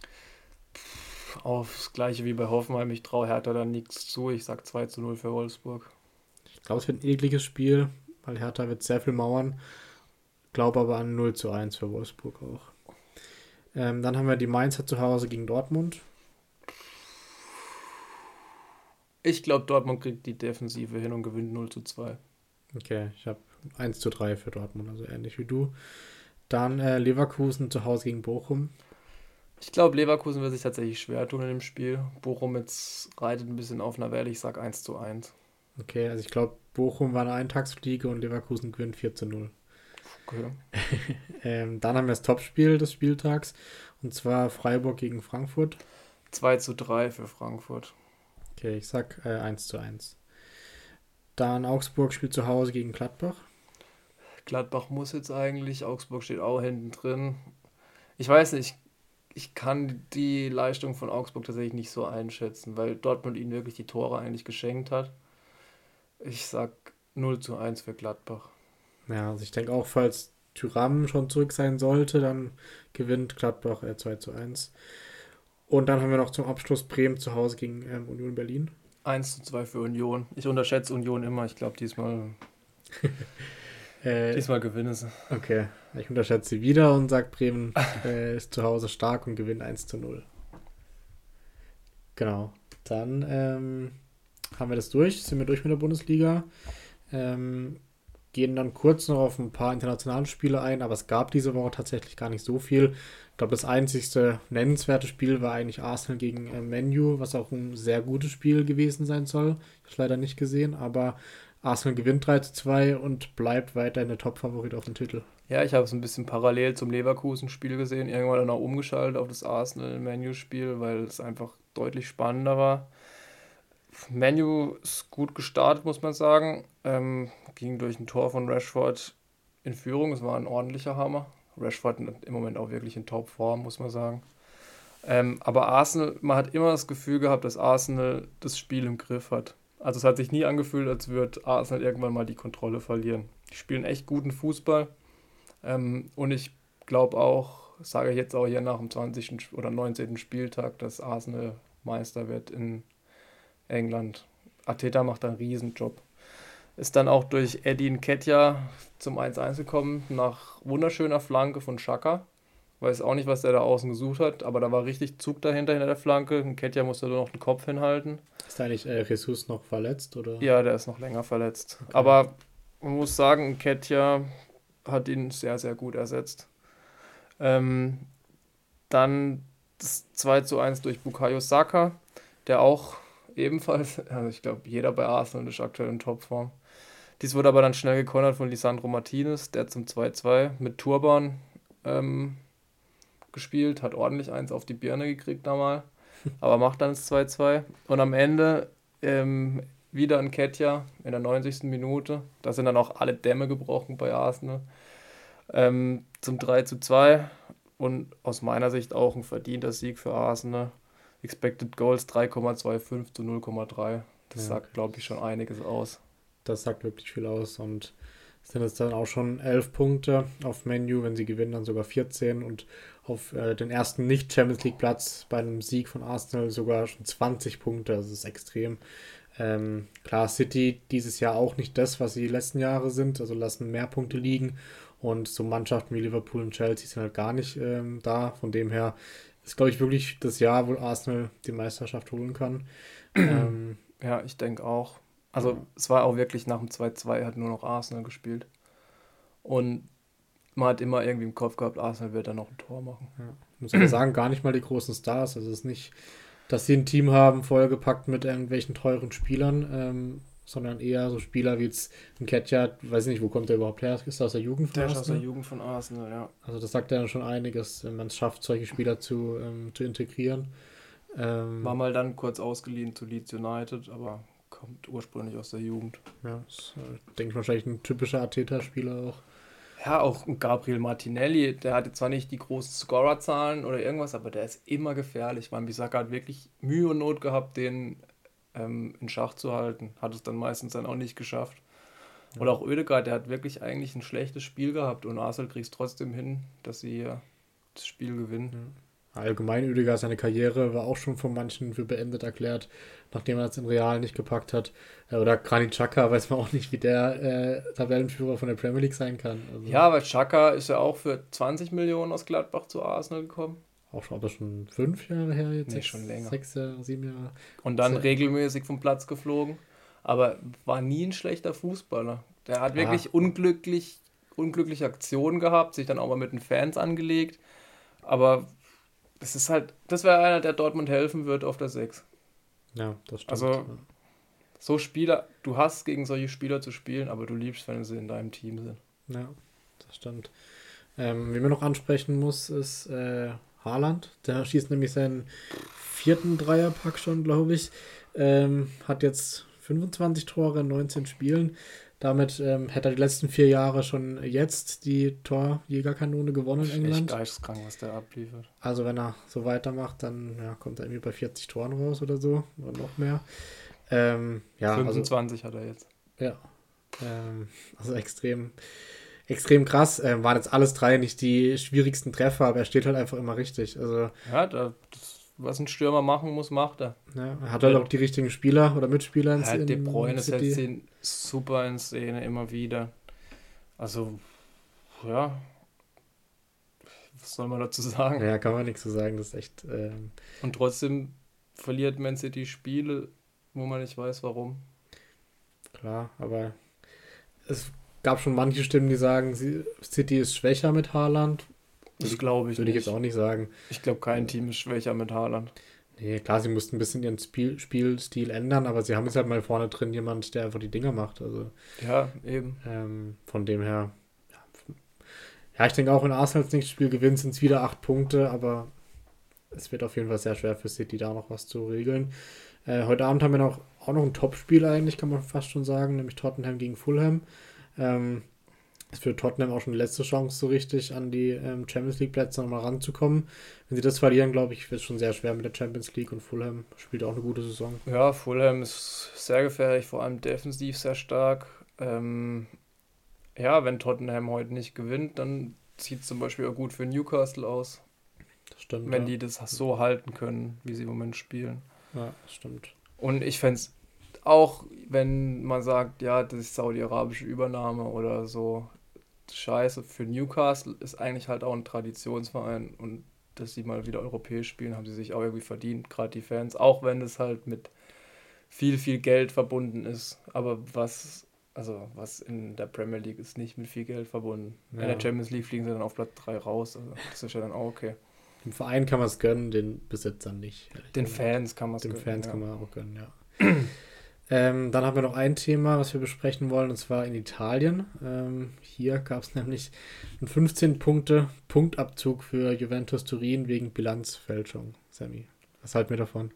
Aufs Gleiche wie bei Hoffenheim. Ich traue Hertha da nichts zu. Ich sag zwei zu null für Wolfsburg. Ich glaube, es wird ein ekliges Spiel, weil Hertha wird sehr viel mauern. Glaube aber an null zu eins für Wolfsburg auch. Ähm, dann haben wir die Mainzer zu Hause gegen Dortmund. Ich glaube, Dortmund kriegt die Defensive hin und gewinnt null zu zwei. Okay, ich habe eins zu drei für Dortmund, also ähnlich wie du. Dann äh, Leverkusen zu Hause gegen Bochum. Ich glaube, Leverkusen wird sich tatsächlich schwer tun in dem Spiel. Bochum jetzt reitet ein bisschen auf einer Welle. Ich sag eins zu eins. Okay, also ich glaube, Bochum war eine Eintagsfliege und Leverkusen gewinnt vier zu null. Okay. Ähm, dann haben wir das Topspiel des Spieltags, und zwar Freiburg gegen Frankfurt. zwei zu drei für Frankfurt. Okay, ich sag äh, eins zu eins. Dann Augsburg spielt zu Hause gegen Gladbach. Gladbach muss jetzt eigentlich. Augsburg steht auch hinten drin. Ich weiß nicht, ich kann die Leistung von Augsburg tatsächlich nicht so einschätzen, weil Dortmund ihnen wirklich die Tore eigentlich geschenkt hat. Ich sag null zu eins für Gladbach. Ja, also ich denke auch, falls Thuram schon zurück sein sollte, dann gewinnt Gladbach äh, zwei zu eins. Und dann haben wir noch zum Abschluss Bremen zu Hause gegen ähm, Union Berlin. eins zu zwei für Union. Ich unterschätze Union immer. Ich glaube, diesmal, Äh, diesmal gewinnen sie. okay, ich unterschätze sie wieder und sage, Bremen äh, ist zu Hause stark und gewinnt eins zu null. Genau. Dann ähm, haben wir das durch, sind wir durch mit der Bundesliga. Ähm, gehen dann kurz noch auf ein paar internationale Spiele ein, aber es gab diese Woche tatsächlich gar nicht so viel. Ich glaube, das einzigste nennenswerte Spiel war eigentlich Arsenal gegen äh, Man U, was auch ein sehr gutes Spiel gewesen sein soll. Ich habe es leider nicht gesehen, aber Arsenal gewinnt drei zu zwei und bleibt weiterhin der Top-Favorit auf den Titel. Ja, ich habe es ein bisschen parallel zum Leverkusen-Spiel gesehen. Irgendwann dann auch umgeschaltet auf das Arsenal-Man U-Spiel, weil es einfach deutlich spannender war. Man U ist gut gestartet, muss man sagen. Ähm, ging durch ein Tor von Rashford in Führung. Es war ein ordentlicher Hammer. Rashford im Moment auch wirklich in Topform, muss man sagen. Ähm, aber Arsenal, man hat immer das Gefühl gehabt, dass Arsenal das Spiel im Griff hat. Also es hat sich nie angefühlt, als würde Arsenal irgendwann mal die Kontrolle verlieren. Die spielen echt guten Fußball. Ähm, und ich glaube auch, sage ich jetzt auch hier nach dem zwanzigsten oder neunzehnten Spieltag, dass Arsenal Meister wird in England. Arteta macht einen Riesenjob. Ist dann auch durch Eddie Nketiah zum eins eins gekommen, nach wunderschöner Flanke von Xhaka. Weiß auch nicht, was der da außen gesucht hat, aber da war richtig Zug dahinter, hinter der Flanke. Nketiah musste nur noch den Kopf hinhalten. Ist eigentlich äh, Jesus noch verletzt, oder? Ja, der ist noch länger verletzt. Okay. Aber man muss sagen, Nketiah hat ihn sehr, sehr gut ersetzt. Ähm, dann das zwei zu eins durch Bukayo Saka, der auch ebenfalls, also ich glaube, jeder bei Arsenal ist aktuell in Topform. Dies wurde aber dann schnell gekontert von Lisandro Martinez, der zum zwei zwei mit Turban ähm, gespielt, hat ordentlich eins auf die Birne gekriegt damals, aber macht dann das zwei zwei. Und am Ende ähm, wieder ein Nketiah in der neunzigsten Minute. Da sind dann auch alle Dämme gebrochen bei Arsenal. Ähm, zum drei zu zwei. Und aus meiner Sicht auch ein verdienter Sieg für Arsenal. Expected Goals drei Komma fünfundzwanzig zu null Komma drei. Das Ja. sagt, glaube ich, schon einiges aus. Das sagt wirklich viel aus und es sind jetzt dann auch schon elf Punkte auf Menu, wenn sie gewinnen, dann sogar vierzehn und auf äh, den ersten Nicht-Champions League-Platz bei einem Sieg von Arsenal sogar schon zwanzig Punkte, das ist extrem. Ähm, klar, City dieses Jahr auch nicht das, was sie die letzten Jahre sind, also lassen mehr Punkte liegen und so Mannschaften wie Liverpool und Chelsea sind halt gar nicht ähm, da, von dem her ist, glaube ich, wirklich das Jahr, wo Arsenal die Meisterschaft holen kann. ähm, Ja, ich denke auch. Also ja. es war auch wirklich nach dem zwei zwei hat nur noch Arsenal gespielt. Und man hat immer irgendwie im Kopf gehabt, Arsenal wird da noch ein Tor machen. Ja. Ich muss aber sagen, gar nicht mal die großen Stars. Also es ist nicht, dass sie ein Team haben, vollgepackt mit irgendwelchen teuren Spielern, ähm, sondern eher so Spieler wie jetzt ein Nketiah, weiß nicht, wo kommt der überhaupt her? Ist er aus der Jugend von Der ist aus der Arsenal? Jugend von Arsenal, ja. Also das sagt ja dann schon einiges, wenn man es schafft, solche Spieler zu, ähm, zu integrieren. Ähm, War mal dann kurz ausgeliehen zu Leeds United, aber kommt ursprünglich aus der Jugend. ja, ist, äh, denke ich, wahrscheinlich ein typischer Arteta-Spieler auch. Ja, auch ein Gabriel Martinelli, der hatte zwar nicht die großen Scorerzahlen oder irgendwas, aber der ist immer gefährlich. Van Bissaka hat wirklich Mühe und Not gehabt, den ähm, in Schach zu halten. Hat es dann meistens dann auch nicht geschafft. Ja. Oder auch Oedegaard, der hat wirklich eigentlich ein schlechtes Spiel gehabt und Arsenal kriegt es trotzdem hin, dass sie äh, das Spiel gewinnen. Ja. Allgemein Oedegaard, seine Karriere war auch schon von manchen für beendet erklärt, nachdem er es in Real nicht gepackt hat. Äh, Oder Granit Xhaka, weiß man auch nicht, wie der äh, Tabellenführer von der Premier League sein kann. Also Ja, weil Xhaka ist ja auch für zwanzig Millionen aus Gladbach zu Arsenal gekommen. auch schon, aber schon fünf Jahre her jetzt, Nee, sechs, schon länger. sechs Jahre, sieben Jahre. Und dann Sehr- regelmäßig vom Platz geflogen. Aber war nie ein schlechter Fußballer. Der hat Klar. wirklich unglücklich, unglückliche Aktionen gehabt, sich dann auch mal mit den Fans angelegt. Aber das ist halt, das wäre einer, der Dortmund helfen wird auf der sechs. Ja, das stimmt. Also, so Spieler, du hast gegen solche Spieler zu spielen, aber du liebst, wenn sie in deinem Team sind. Ja, das stimmt. Ähm, wie man noch ansprechen muss, ist äh, Haaland. Der schießt nämlich seinen vierten Dreierpack schon, glaube ich. Ähm, hat jetzt fünfundzwanzig Tore in neunzehn Spielen. Damit ähm, hätte er die letzten vier Jahre schon jetzt die Torjägerkanone gewonnen in Echt England. geisteskrank, was der abliefert. Also wenn er so weitermacht, dann ja, kommt er irgendwie bei vierzig Toren raus oder so. Oder noch mehr. Ähm, ja, also, fünfundzwanzig hat er jetzt. ja. Ähm, also extrem, extrem krass. Ähm, waren jetzt alles drei nicht die schwierigsten Treffer, aber er steht halt einfach immer richtig. Also Ja, da, das, was ein Stürmer machen muss, macht er. ja, er hat halt auch die richtigen Spieler oder Mitspieler Ja, in De Bruyne City. setzt ihn super in Szene immer wieder. Also, ja, was soll man dazu sagen? Ja, kann man nichts zu sagen. Das ist echt. Ähm, Und trotzdem verliert Man City Spiele, wo man nicht weiß, warum. klar, aber es gab schon manche Stimmen, die sagen, sie, City ist schwächer mit Haaland. Das glaube ich Würde ich nicht. jetzt auch nicht sagen. Ich glaube, kein Team ist schwächer mit Haaland. Nee, klar, sie mussten ein bisschen ihren Spiel, Spielstil ändern, aber sie haben jetzt halt mal vorne drin jemand, der einfach die Dinger macht. Also Ja, eben. ähm, von dem her. Ja, ja, ich denke auch, wenn Arsenal das nächste Spiel gewinnt, sind es wieder acht Punkte, aber es wird auf jeden Fall sehr schwer für City, da noch was zu regeln. Äh, heute Abend haben wir noch, auch noch ein Topspiel eigentlich, kann man fast schon sagen, nämlich Tottenham gegen Fulham. Ähm, ist für Tottenham auch schon die letzte Chance, so richtig an die ähm, Champions League Plätze nochmal ranzukommen. Wenn sie das verlieren, glaube ich, wird es schon sehr schwer mit der Champions League und Fulham spielt auch eine gute Saison. Ja, Fulham ist sehr gefährlich, vor allem defensiv sehr stark. Ähm, ja, wenn Tottenham heute nicht gewinnt, dann sieht es zum Beispiel auch gut für Newcastle aus, Das stimmt. wenn ja. die das so halten können, wie sie im Moment spielen. Ja, das stimmt. Und ich fände es auch, wenn man sagt, ja, das ist saudi-arabische Übernahme oder so, scheiße, für Newcastle ist eigentlich halt auch ein Traditionsverein und dass sie mal wieder europäisch spielen, haben sie sich auch irgendwie verdient, gerade die Fans, auch wenn es halt mit viel, viel Geld verbunden ist. Aber was, also was in der Premier League ist nicht mit viel Geld verbunden. In Ja. der Champions League fliegen sie dann auf Platz drei raus, also das ist ja dann auch okay. dem Verein kann man es gönnen, den Besitzern nicht. Den Fans kann man es gönnen. Den Fans ja. kann man auch gönnen, ja. ähm, dann haben wir noch ein Thema, was wir besprechen wollen, und zwar in Italien. Ähm, hier gab es nämlich einen fünfzehn-Punkte-Punktabzug für Juventus Turin wegen Bilanzfälschung. Sammy, was halten wir davon?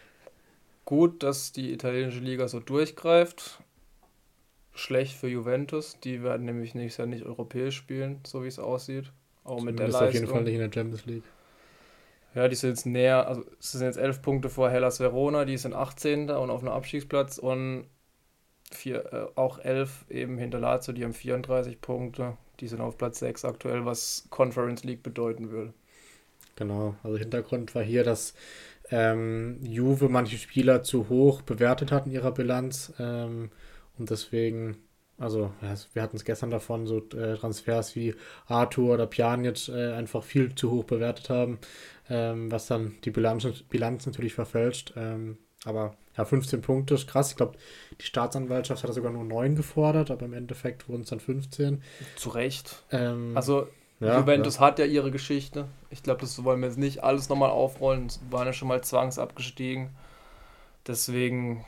Gut, dass die italienische Liga so durchgreift. Schlecht für Juventus. Die werden nämlich nächstes Jahr nicht europäisch spielen, so wie es aussieht. Auch mit der Leistung. Auf jeden Fall nicht in der Champions League. Ja, die sind jetzt näher, also es sind jetzt elf Punkte vor Hellas Verona, die sind achtzehnter und auf einem Abstiegsplatz und vier, äh, auch elf eben hinter Lazio, die haben vierunddreißig Punkte. Die sind auf Platz sechs aktuell, was Conference League bedeuten würde. Genau, also Hintergrund war hier, dass ähm, Juve manche Spieler zu hoch bewertet hat in ihrer Bilanz ähm, und deswegen, also ja, wir hatten es gestern davon, so äh, Transfers wie Arthur oder Pjanic äh, einfach viel zu hoch bewertet haben, ähm, was dann die Bilanz, Bilanz natürlich verfälscht. Ähm, aber ja, fünfzehn Punkte ist krass. Ich glaube, die Staatsanwaltschaft hat sogar nur neun gefordert, aber im Endeffekt wurden es dann fünfzehn. Zu Recht. Ähm, also ja, Juventus ja. hat ja ihre Geschichte. Ich glaube, das wollen wir jetzt nicht alles nochmal aufrollen. Es waren ja schon mal zwangsabgestiegen. Deswegen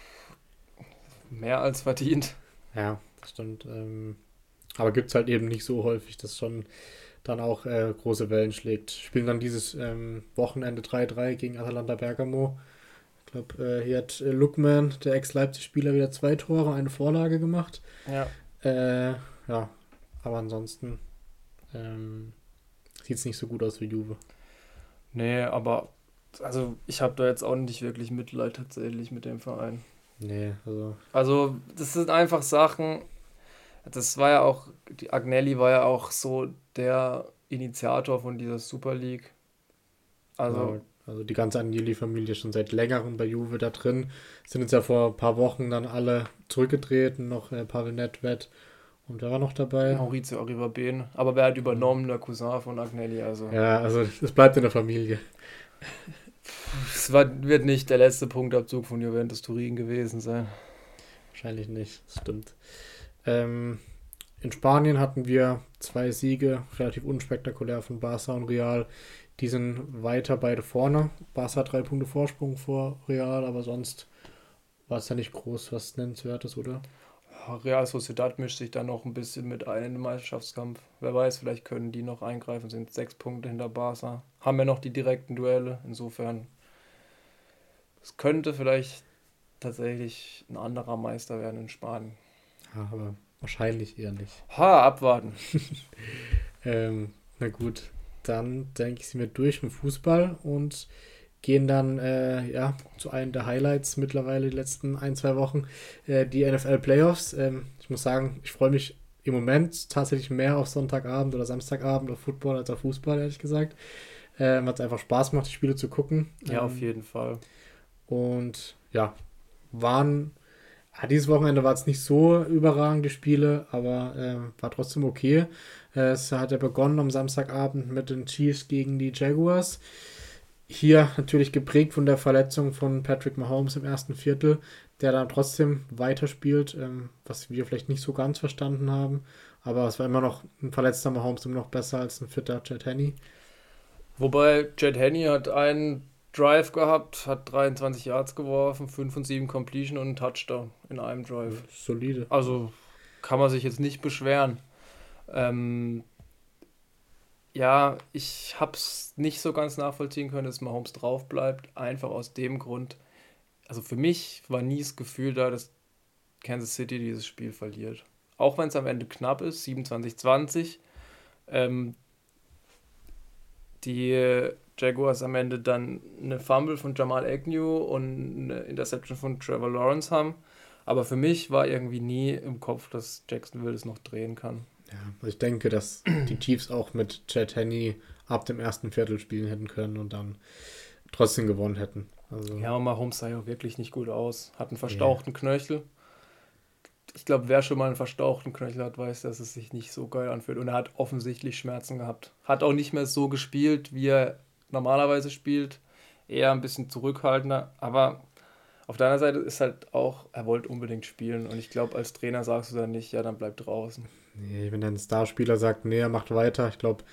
mehr als verdient. Ja, das stimmt. Ähm, aber gibt es halt eben nicht so häufig, dass schon dann auch äh, große Wellen schlägt. Spielen dann dieses ähm, Wochenende drei drei gegen Atalanta Bergamo. Ich glaube, äh, hier hat äh, Lookman, der Ex-Leipzig-Spieler, wieder zwei Tore, eine Vorlage gemacht. Ja. Äh, ja, aber ansonsten ähm, sieht es nicht so gut aus für Juve. Nee, aber also ich habe da jetzt auch nicht wirklich Mitleid tatsächlich mit dem Verein. Nee, also. Also, das sind einfach Sachen, das war ja auch, die Agnelli war ja auch so der Initiator von dieser Super League. Also, Genau, also die ganze Agnelli-Familie schon seit längerem bei Juve da drin. Sind jetzt ja vor ein paar Wochen dann alle zurückgetreten, noch äh, Pavel Nedved und wer war noch dabei? Maurizio Arrivabene. Aber wer hat übernommen? Der Cousin von Agnelli. Also, Ja, also es bleibt in der Familie. es war, wird nicht der letzte Punktabzug von Juventus Turin gewesen sein. Wahrscheinlich nicht, das stimmt. Ähm, in Spanien hatten wir zwei Siege, relativ unspektakulär von Barça und Real. Die sind weiter beide vorne. Barça hat drei Punkte Vorsprung vor Real, aber sonst war es ja nicht groß was Nennenswertes, oder? Real Sociedad mischt sich da noch ein bisschen mit ein in den Meisterschaftskampf. Wer weiß, vielleicht können die noch eingreifen, sind sechs Punkte hinter Barca. Haben ja noch die direkten Duelle, insofern. Es könnte vielleicht tatsächlich ein anderer Meister werden in Spanien. Ja, aber wahrscheinlich eher nicht. Ha, abwarten. ähm, na gut, dann denke ich, sind wir durch mit Fußball und gehen dann äh, ja, zu einem der Highlights mittlerweile die letzten ein, zwei Wochen, äh, die N F L Playoffs. Ähm, ich muss sagen, ich freue mich im Moment tatsächlich mehr auf Sonntagabend oder Samstagabend auf Football als auf Fußball, ehrlich gesagt. Ähm, hat es einfach Spaß gemacht, die Spiele zu gucken. Ja, ähm, auf jeden Fall. Und ja, waren, ja, dieses Wochenende war es nicht so überragend, die Spiele, aber äh, war trotzdem okay. Äh, es hat ja begonnen am Samstagabend mit den Chiefs gegen die Jaguars. Hier natürlich geprägt von der Verletzung von Patrick Mahomes im ersten Viertel, der dann trotzdem weiterspielt, ähm, was wir vielleicht nicht so ganz verstanden haben. Aber es war immer noch ein verletzter Mahomes immer noch besser als ein fitter Chad Henne. Wobei Chad Henne hat einen Drive gehabt, hat dreiundzwanzig Yards geworfen, fünf und sieben Completion und einen Touchdown in einem Drive. Solide. Also kann man sich jetzt nicht beschweren. Ähm, ja, ich habe es nicht so ganz nachvollziehen können, dass Mahomes drauf bleibt. Einfach aus dem Grund, also für mich war nie das Gefühl da, dass Kansas City dieses Spiel verliert. Auch wenn es am Ende knapp ist, siebenundzwanzig zwanzig. Ähm, die Jaguars am Ende dann eine Fumble von Jamal Agnew und eine Interception von Trevor Lawrence haben. Aber für mich war irgendwie nie im Kopf, dass Jacksonville es noch drehen kann. Ja, also ich denke, dass die Chiefs auch mit Chad Henne ab dem ersten Viertel spielen hätten können und dann trotzdem gewonnen hätten. Also, ja, und Mahomes sah ja wirklich nicht gut aus. Hat einen verstauchten yeah. Knöchel. Ich glaube, wer schon mal einen verstauchten Knöchel hat, weiß, dass es sich nicht so geil anfühlt. Und er hat offensichtlich Schmerzen gehabt. Hat auch nicht mehr so gespielt, wie er normalerweise spielt. Eher ein bisschen zurückhaltender. Aber auf deiner Seite ist halt auch, er wollte unbedingt spielen. Und ich glaube, als Trainer sagst du dann nicht, ja, dann bleib draußen. Nee, wenn ein Starspieler sagt, nee, er macht weiter, ich glaube,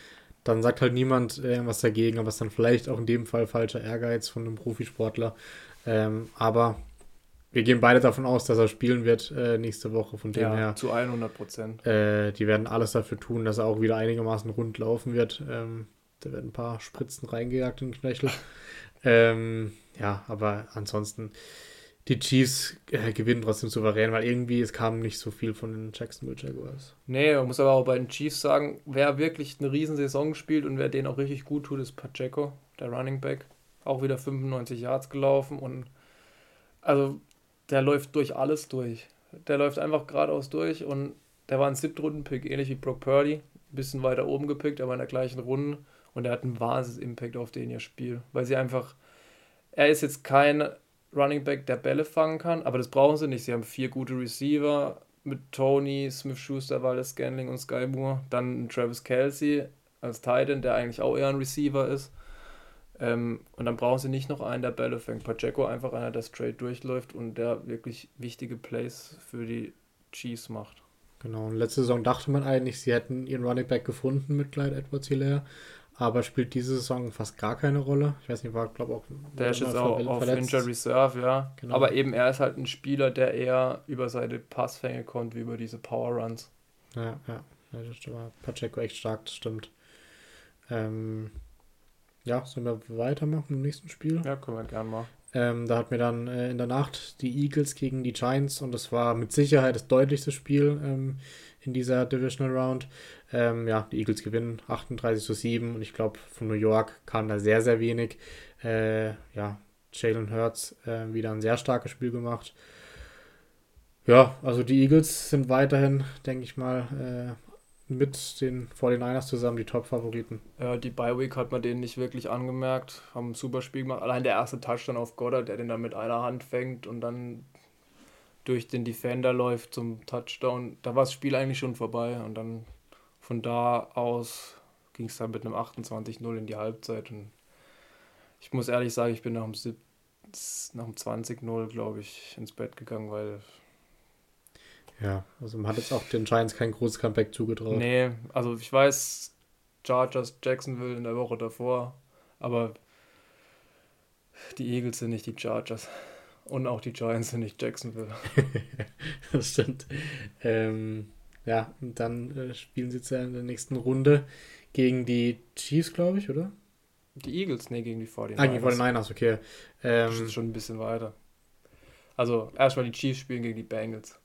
dann sagt halt niemand irgendwas dagegen, aber es ist dann vielleicht auch in dem Fall falscher Ehrgeiz von einem Profisportler. Ähm, aber wir gehen beide davon aus, dass er spielen wird äh, nächste Woche. Von dem Ja, her, zu hundert Prozent. äh, die werden alles dafür tun, dass er auch wieder einigermaßen rund laufen wird. Ähm, da werden ein paar Spritzen reingejagt in den Knöchel. ähm, ja, aber ansonsten, die Chiefs äh, gewinnen trotzdem souverän, weil irgendwie es kam nicht so viel von den Jacksonville Jaguars. Nee, man muss aber auch bei den Chiefs sagen, wer wirklich eine Riesensaison spielt und wer denen auch richtig gut tut, ist Pacheco, der Running Back. Auch wieder fünfundneunzig Yards gelaufen und also der läuft durch alles durch. Der läuft einfach geradeaus durch und der war ein Siebtrunden-Pick, ähnlich wie Brock Purdy. Ein bisschen weiter oben gepickt, aber in der gleichen Runde. Und der hat einen Wahnsinns-Impact auf den ihr Spiel. Weil sie einfach, er ist jetzt kein Running Back, der Bälle fangen kann, aber das brauchen sie nicht. Sie haben vier gute Receiver mit Tony, Smith-Schuster, Valdez Scantling und Sky Moore. Dann Travis Kelce als Tight End, der eigentlich auch eher ein Receiver ist. Ähm, und dann brauchen sie nicht noch einen, der Bälle fängt. Pacheco einfach einer, der straight durchläuft und der wirklich wichtige Plays für die Chiefs macht. Genau, und letzte Saison dachte man eigentlich, sie hätten ihren Running Back gefunden mit Clyde Edwards-Helaire, aber spielt diese Saison fast gar keine Rolle. Ich weiß nicht, war glaube auch Der ist jetzt auch auf Injured Reserve, ja. Genau. Aber eben er ist halt ein Spieler, der eher über seine Passfänge kommt, wie über diese Power Runs. Ja, ja, das war Pacheco echt stark, das stimmt. Ähm, ja, sollen wir weitermachen im nächsten Spiel? Ja, können wir gerne mal. Ähm, da hatten wir dann äh, in der Nacht die Eagles gegen die Giants und das war mit Sicherheit das deutlichste Spiel ähm, in dieser Divisional Round. Ähm, ja, die Eagles gewinnen achtunddreißig zu sieben und ich glaube, von New York kam da sehr, sehr wenig. Äh, ja, Jalen Hurts äh, wieder ein sehr starkes Spiel gemacht. Ja, also die Eagles sind weiterhin, denke ich mal, äh, mit den forty-niners zusammen die Top-Favoriten. Ja, die Bye-Week hat man denen nicht wirklich angemerkt. Haben ein super Spiel gemacht. Allein der erste Touchdown auf Goddard, der den dann mit einer Hand fängt und dann durch den Defender läuft zum Touchdown. Da war das Spiel eigentlich schon vorbei. Und dann von da aus ging es dann mit einem achtundzwanzig null in die Halbzeit. Und ich muss ehrlich sagen, ich bin nach dem, sieb- nach dem zwanzig null, glaube ich, ins Bett gegangen, weil Ja, also man hat jetzt auch den Giants kein großes Comeback zugetraut. nee, also ich weiß, Chargers, Jacksonville in der Woche davor, aber die Eagles sind nicht die Chargers und auch die Giants sind nicht Jacksonville. Das stimmt. Ähm, ja, und dann äh, spielen sie jetzt ja in der nächsten Runde gegen die Chiefs, glaube ich, oder? Die Eagles, nee, gegen die Ah, gegen die forty-niners. forty-niners, okay. Das ist Ähm, schon ein bisschen weiter. Also erstmal die Chiefs spielen gegen die Bengals.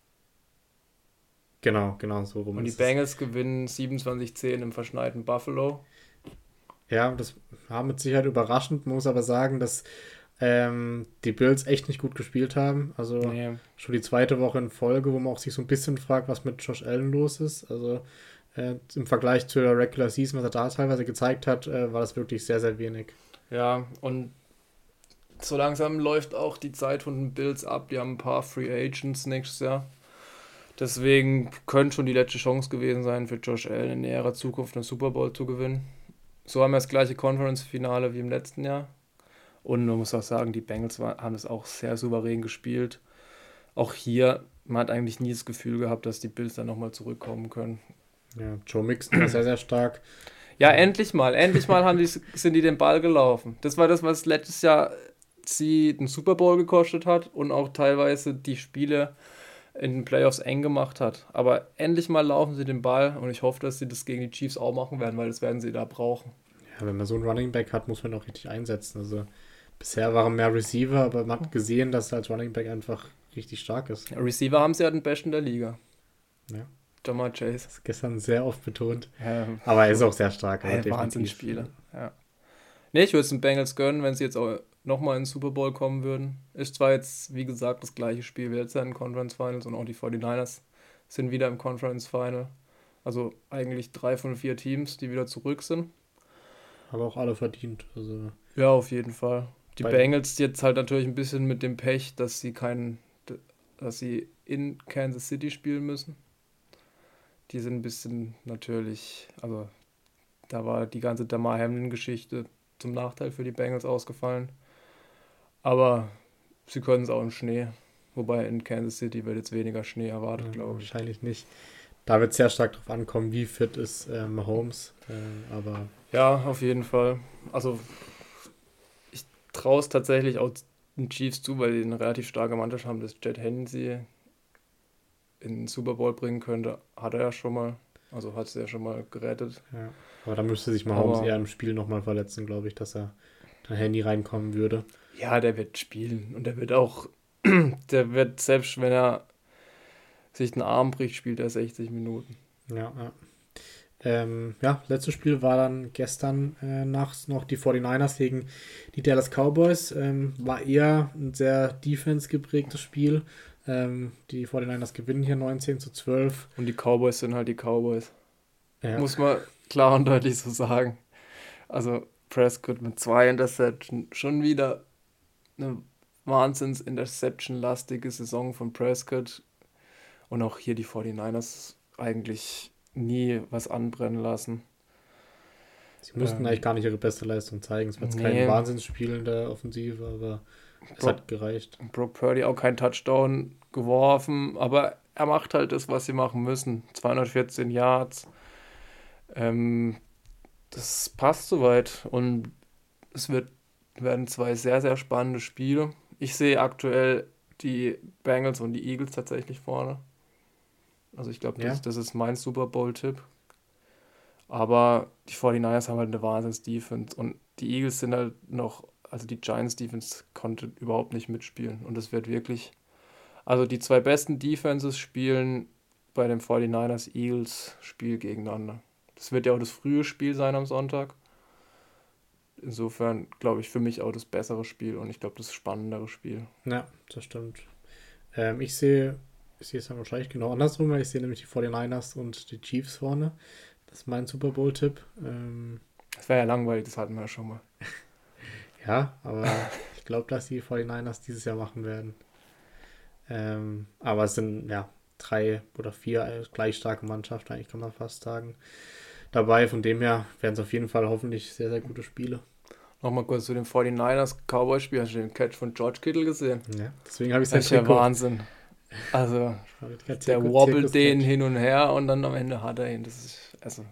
genau, genau, so rum Und die ist es. Bengals gewinnen siebenundzwanzig zehn im verschneiten Buffalo. Ja, das war mit Sicherheit überraschend, muss aber sagen, dass ähm, die Bills echt nicht gut gespielt haben. Also Nee, schon die zweite Woche in Folge, wo man auch sich so ein bisschen fragt, was mit Josh Allen los ist. Also äh, im Vergleich zur Regular Season, was er da teilweise gezeigt hat, äh, war das wirklich sehr, sehr wenig. ja, und so langsam läuft auch die Zeit von den Bills ab. Die haben ein paar Free Agents nächstes Jahr. Deswegen könnte schon die letzte Chance gewesen sein, für Josh Allen in näherer Zukunft einen Super Bowl zu gewinnen. So haben wir das gleiche Conference-Finale wie im letzten Jahr. Und man muss auch sagen, die Bengals war, haben es auch sehr souverän gespielt. Auch hier, man hat eigentlich nie das Gefühl gehabt, dass die Bills dann nochmal zurückkommen können. Ja, Joe Mixon war sehr, sehr stark. Ja, endlich mal, endlich mal haben die, sind die den Ball gelaufen. Das war das, was letztes Jahr sie den Super Bowl gekostet hat und auch teilweise die Spiele in den Playoffs eng gemacht hat. Aber endlich mal laufen sie den Ball und ich hoffe, dass sie das gegen die Chiefs auch machen werden, weil das werden sie da brauchen. Ja, wenn man so einen Running Back hat, muss man auch richtig einsetzen. Also bisher waren mehr Receiver, aber man hat gesehen, dass er als Running Back einfach richtig stark ist. Ja, Receiver haben sie ja den Besten der Liga. Ja. Jamar Chase. Das ist gestern sehr oft betont. Ja, Aber er ist auch sehr stark. Also ein definitiv. Wahnsinnsspieler. Ja. Nee, ich würde es den Bengals gönnen, wenn sie jetzt auch nochmal in den Super Bowl kommen würden. Ist zwar jetzt, wie gesagt, das gleiche Spiel wie jetzt in den Conference Finals und auch die forty-niners sind wieder im Conference Final. Also eigentlich drei von vier Teams, die wieder zurück sind. Aber auch alle verdient. Also Ja, auf jeden Fall. Die Bei- Bengals jetzt halt natürlich ein bisschen mit dem Pech, dass sie keinen, dass sie in Kansas City spielen müssen. Die sind ein bisschen natürlich, also da war die ganze Damar Hamlin-Geschichte zum Nachteil für die Bengals ausgefallen. Aber sie können es auch im Schnee. Wobei in Kansas City wird jetzt weniger Schnee erwartet, Ja, glaube ich. wahrscheinlich nicht. da wird es sehr stark darauf ankommen, wie fit ist äh, Mahomes. Äh, aber Ja, auf jeden Fall. Also ich traue es tatsächlich auch den Chiefs zu, weil die eine relativ starke Mannschaft haben, dass Jet Hennessy in den Super Bowl bringen könnte. Hat er ja schon mal. Also hat es ja schon mal gerettet. ja. Aber da müsste sich Mahomes Aber eher im Spiel nochmal verletzen, glaube ich, dass er da Handy reinkommen würde. ja, der wird spielen. Und der wird auch, der wird, selbst wenn er sich den Arm bricht, spielt er sechzig Minuten. Ja, ja. Ähm, ja, letztes Spiel war dann gestern äh, nachts noch die forty-niners gegen die Dallas Cowboys. Ähm, war eher ein sehr defense geprägtes Spiel. Ähm, die forty-niners gewinnen hier neunzehn zu zwölf. Und die Cowboys sind halt die Cowboys. Ja, Muss man klar und deutlich so sagen. Also Prescott mit zwei Interception. Schon wieder eine Wahnsinns-Interception-lastige Saison von Prescott. Und auch hier die forty-niners eigentlich nie was anbrennen lassen. sie mussten Ähm, eigentlich gar nicht ihre beste Leistung zeigen. Es war jetzt kein nee, Wahnsinnsspiel in der Offensive, aber es Brock, hat gereicht. Brock Purdy auch kein Touchdown geworfen, aber er macht halt das, was sie machen müssen. zweihundertvierzehn Yards. Ähm, das passt soweit und es wird, werden zwei sehr, sehr spannende Spiele. Ich sehe aktuell die Bengals und die Eagles tatsächlich vorne. Also ich glaube, das, Ja, das ist mein Super Bowl-Tipp. Aber die forty-niners haben halt eine Wahnsinns-Defense und die Eagles sind halt noch, also die Giants-Defense konnte überhaupt nicht mitspielen. Und das wird wirklich, also die zwei besten Defenses spielen bei dem forty-niners-Eagles-Spiel gegeneinander. Das wird ja auch das frühe Spiel sein am Sonntag. Insofern glaube ich für mich auch das bessere Spiel und ich glaube das spannendere Spiel. ja, das stimmt. Ähm, ich sehe, ich sehe es dann wahrscheinlich genau andersrum, weil ich sehe nämlich die forty-niners und die Chiefs vorne. Das ist mein Super Bowl-Tipp. Ähm, Das wäre ja langweilig, das hatten wir ja schon mal. ja, aber ich glaube, dass die forty-niners dieses Jahr machen werden. Ähm, aber es sind ja drei oder vier äh, gleich starke Mannschaften, eigentlich kann man fast sagen, dabei. Von dem her werden es auf jeden Fall hoffentlich sehr, sehr gute Spiele. Nochmal kurz zu dem forty-niners-Cowboys-Spiel. Hast du den Catch von George Kittle gesehen? Ja, deswegen habe ich Das sein ist ja Trikot. Wahnsinn. Also, Der der Zirkus, wobbelt den Zirkus-Catch. hin und her und dann am Ende hat er ihn. Das ist, also,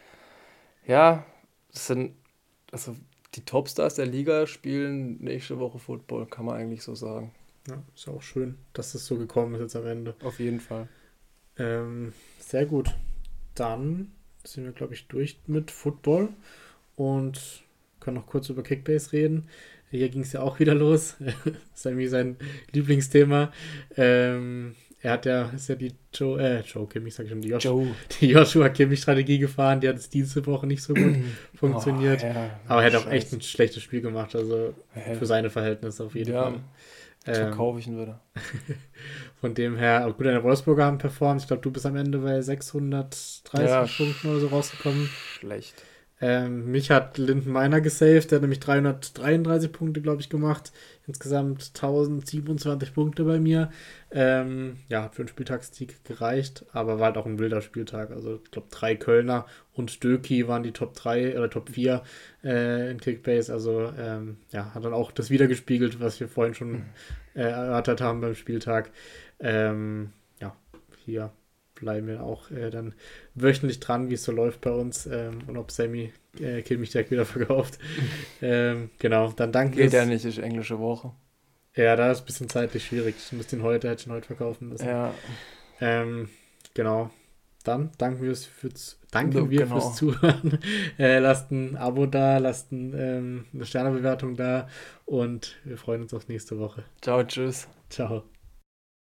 ja, das sind, also, die Topstars der Liga spielen nächste Woche Football, kann man eigentlich so sagen. Ja, ist auch schön, dass das so gekommen ist jetzt am Ende. Auf jeden Fall. Ähm, sehr gut. Dann sind wir, glaube ich, durch mit Football und können noch kurz über Kickbase reden. Hier ging es ja auch wieder los. Das ist irgendwie sein Lieblingsthema. Ähm, er hat ja, ist ja die Joe, äh, Joe Kimmich, sag ich schon, die, Josh, Joe. die Joshua Kimmich-Strategie gefahren. Die hat es diese Woche nicht so gut Oh, funktioniert. ja, Aber er hat auch echt scheiße. ein schlechtes Spiel gemacht. Also Ja, für seine Verhältnisse auf jeden ja, Fall. das Ähm, verkaufe ich ihn wieder. von dem her, auch gut, deine Wolfsburger haben performt. Ich glaube, du bist am Ende bei sechshundertdreißig Ja, Punkten oder so rausgekommen. schlecht. Ähm, mich hat Linden Meiner gesaved. Der hat nämlich dreihundertdreiunddreißig Punkte, glaube ich, gemacht. Insgesamt tausendsiebenundzwanzig Punkte bei mir. Ähm, ja, hat für einen Spieltagssieg gereicht, aber war halt auch ein wilder Spieltag. Also, ich glaube, drei Kölner und Stöki waren die Top drei oder Top vier äh, in Kickbase. Also, ähm, ja, hat dann auch das wiedergespiegelt, was wir vorhin schon äh, erörtert haben beim Spieltag. Ähm, ja, hier bleiben wir auch äh, dann wöchentlich dran, wie es so läuft bei uns ähm, und ob Sammy äh, Kimmich direkt wieder verkauft. ähm, genau, dann danke Geht es. ja nicht, ist englische Woche. Ja, da ist ein bisschen zeitlich schwierig. Ich muss den heute, hätte ich ihn heute verkaufen müssen. Ja, Ähm, genau. Dann danken wir, fürs, danken wir genau. fürs Zuhören. äh, lasst ein Abo da, lasst ein, ähm, eine Sternebewertung da und wir freuen uns auf nächste Woche. Ciao, tschüss. Ciao.